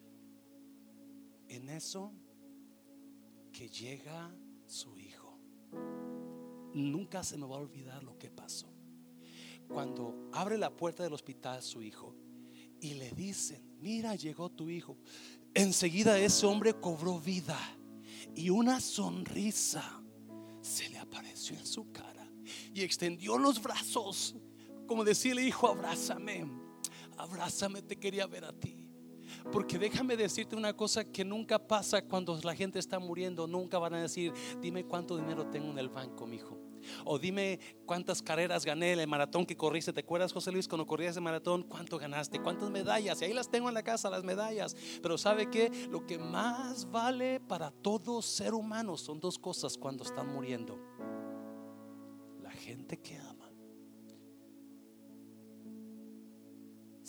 En eso que llega su hijo, nunca se me va a olvidar lo que pasó. Cuando abre la puerta del hospital su hijo y le dicen, mira, llegó tu hijo, enseguida ese hombre cobró vida y una sonrisa se le apareció en su cara y extendió los brazos como decirle, hijo, abrázame, abrázame, te quería ver a ti. Porque déjame decirte una cosa que nunca pasa cuando la gente está muriendo. Nunca van a decir, dime cuánto dinero tengo en el banco, mijo, o dime cuántas carreras gané en el maratón que corriste. ¿Te acuerdas, José Luis, cuando corrías ese maratón? ¿Cuánto ganaste? ¿Cuántas medallas? Y ahí las tengo en la casa, las medallas. Pero ¿sabe qué? Lo que más vale para todo ser humano son dos cosas cuando están muriendo: la gente que aman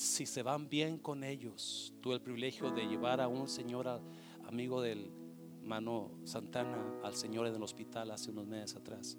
si se van bien con ellos. Tuve el privilegio de llevar a un señor a, amigo del hermano Santana al Señor en el hospital hace unos meses atrás,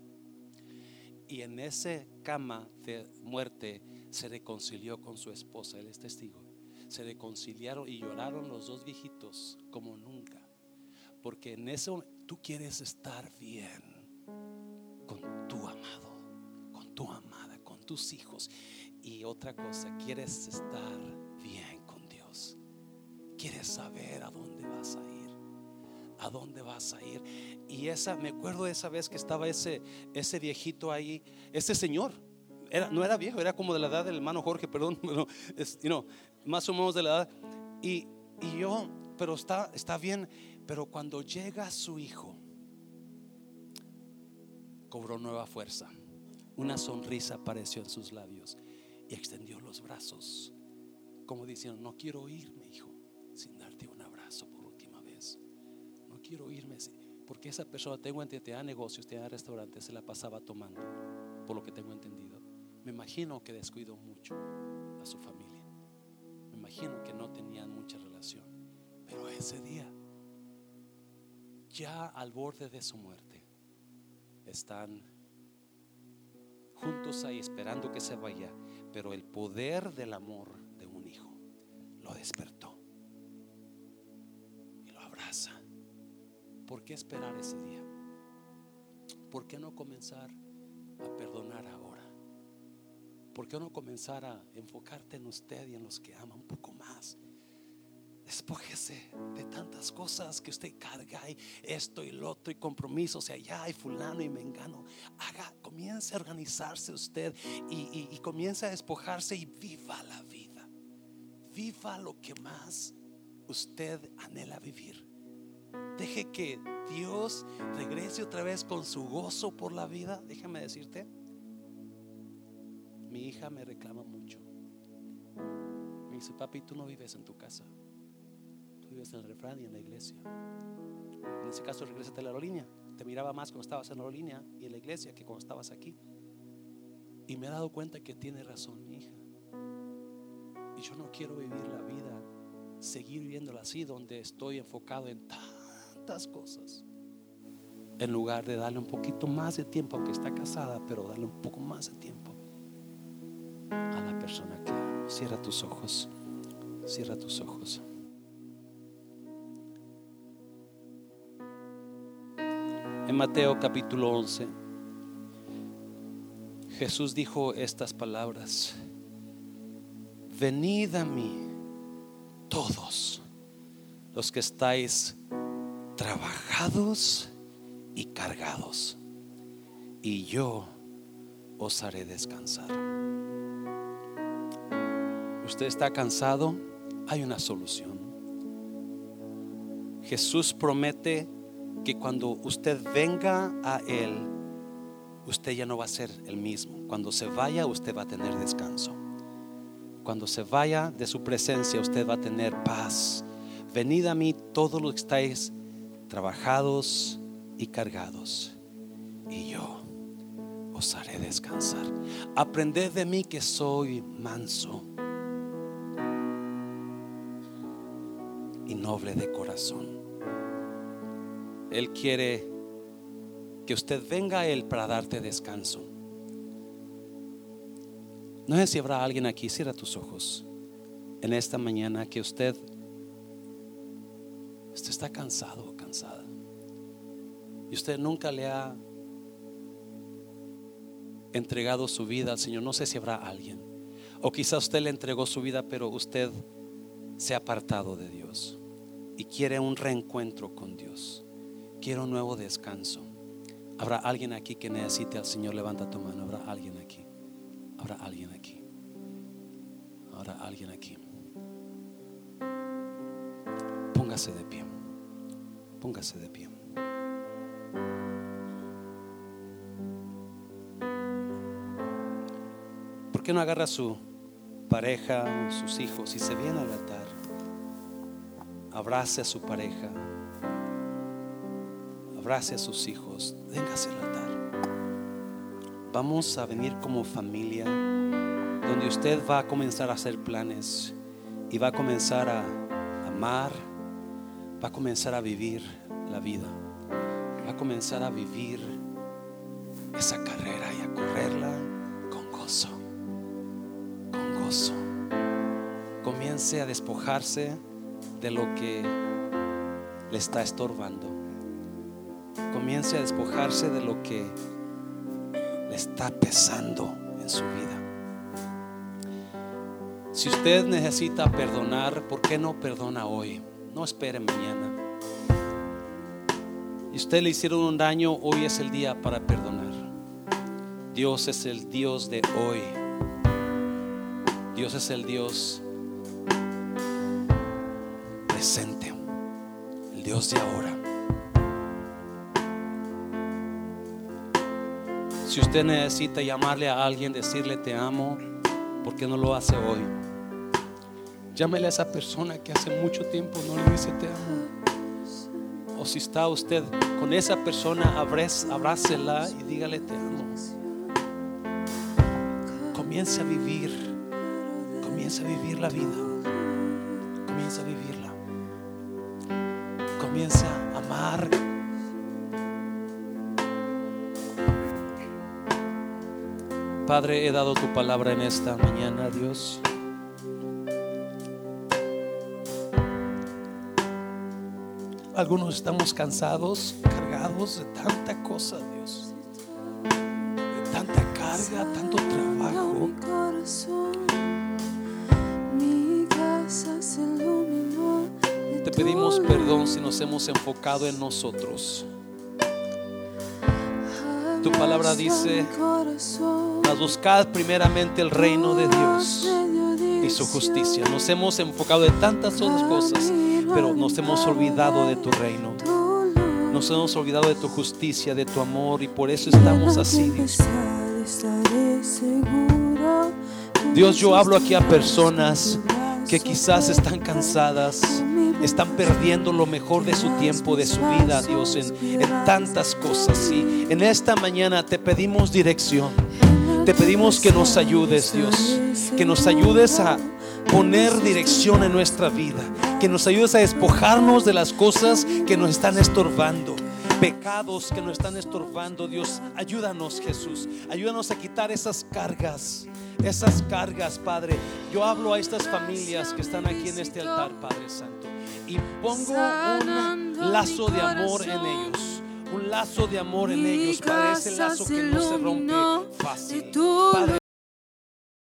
y en esa cama de muerte se reconcilió con su esposa. Él es testigo. Se reconciliaron y lloraron los dos viejitos como nunca, porque en eso tú quieres estar bien con tu amado, con tu amada, con tus hijos. Y otra cosa, quieres estar bien con Dios. Quieres saber a dónde vas a ir, a dónde vas a ir. Y esa, me acuerdo de esa vez que estaba ese, ese viejito ahí, ese señor. Era, no era viejo, era como de la edad del hermano Jorge, perdón, pero es, you know, más o menos de la edad. Y, y yo, pero está, está bien. Pero cuando llega su hijo, cobró nueva fuerza. Una sonrisa apareció en sus labios y extendió los brazos, como diciendo: no quiero irme, hijo, sin darte un abrazo por última vez. No quiero irme, porque esa persona, tengo entendido, tenía negocios, tenía restaurantes, se la pasaba tomando, por lo que tengo entendido. Me imagino que descuidó mucho a su familia. Me imagino que no tenían mucha relación. Pero ese día, ya al borde de su muerte, están juntos ahí esperando que se vaya. Pero el poder del amor de un hijo lo despertó y lo abraza. ¿Por qué esperar ese día? ¿Por qué no comenzar a perdonar ahora? ¿Por qué no comenzar a enfocarte en usted y en los que ama un poco más? Despójese de tantas cosas que usted carga, y esto y lo otro, y compromisos, y allá, y fulano y mengano. Haga, comience a organizarse usted y, y, y comience a despojarse y viva la vida. Viva lo que más usted anhela vivir. Deje que Dios regrese otra vez con su gozo por la vida. Déjame decirte, mi hija me reclama mucho. Me dice: papi, tú no vives en tu casa, tú vives en el refrán y en la iglesia. En ese caso, regrésate a la aerolínea. Te miraba más cuando estabas en la aerolínea y en la iglesia que cuando estabas aquí. Y me he dado cuenta que tiene razón mi hija. Y yo no quiero vivir la vida, seguir viviéndola así, donde estoy enfocado en tantas cosas, en lugar de darle un poquito más de tiempo, aunque está casada, pero darle un poco más de tiempo a la persona que amo. Cierra tus ojos, cierra tus ojos. En Mateo capítulo once, Jesús dijo estas palabras: venid a mí todos los que estáis trabajados y cargados, y yo os haré descansar. Usted está cansado, hay una solución. Jesús promete que cuando usted venga a Él, usted ya no va a ser el mismo. Cuando se vaya, usted va a tener descanso. Cuando se vaya de su presencia, usted va a tener paz. Venid a mí todos los que estáis trabajados y cargados, y yo os haré descansar. Aprended de mí, que soy manso y noble de corazón. Él quiere que usted venga a Él para darte descanso. No sé si habrá alguien aquí, cierra tus ojos, en esta mañana, que usted, usted está cansado o cansada, y usted nunca le ha entregado su vida al Señor. No sé si habrá alguien, o quizás usted le entregó su vida, pero usted se ha apartado de Dios y quiere un reencuentro con Dios, quiere un nuevo descanso. ¿Habrá alguien aquí que necesite al Señor? Levanta tu mano. ¿Habrá alguien aquí? ¿Habrá alguien aquí? ¿Habrá alguien aquí? Póngase de pie. Póngase de pie. ¿Por qué no agarra a su pareja o sus hijos y se viene al altar? Abrace a su pareja, abrace a sus hijos, véngase al altar. Vamos a venir como familia. donde usted va a comenzar a hacer planes y va a comenzar a amar, va a comenzar a vivir la vida, va a comenzar a vivir esa carrera y a correrla con gozo, con gozo. Comience a despojarse de lo que le está estorbando. Comience a despojarse de lo que le está pesando en su vida. Si usted necesita perdonar, ¿por qué no perdona hoy? No espere mañana. Y usted le hicieron un daño, hoy es el día para perdonar. Dios es el Dios de hoy. Dios es el Dios presente, el Dios de ahora. Si usted necesita llamarle a alguien, decirle te amo, ¿por qué no lo hace hoy? Llámele a esa persona que hace mucho tiempo no le dice te amo. O si está usted con esa persona, abrácela y dígale te amo. Comience a vivir, comience a vivir la vida, comience a vivirla, comience a amar. Padre, he dado tu palabra en esta mañana, Dios. Algunos estamos cansados, cargados de tanta cosa, Dios, de tanta carga, tanto trabajo. Te pedimos perdón si nos hemos enfocado en nosotros. Tu palabra dice: mas buscad primeramente el reino de Dios y su justicia. Nos hemos enfocado en tantas otras cosas, pero nos hemos olvidado de tu reino. Nos hemos olvidado de tu justicia, de tu amor, y por eso estamos así, Dios. Dios, yo hablo aquí a personas que quizás están cansadas, están perdiendo lo mejor de su tiempo, de su vida, Dios, en, en tantas cosas. Y en esta mañana te pedimos dirección. Te pedimos que nos ayudes, Dios, que nos ayudes a poner dirección en nuestra vida, que nos ayudes a despojarnos de las cosas que nos están estorbando, pecados que nos están estorbando. Dios, ayúdanos, Jesús, ayúdanos a quitar esas cargas, esas cargas, Padre. Yo hablo a estas familias que están aquí en este altar, Padre Santo, y pongo un lazo de amor en ellos, un lazo de amor en ellos, Padre, ese lazo que no se rompe fácil, Padre.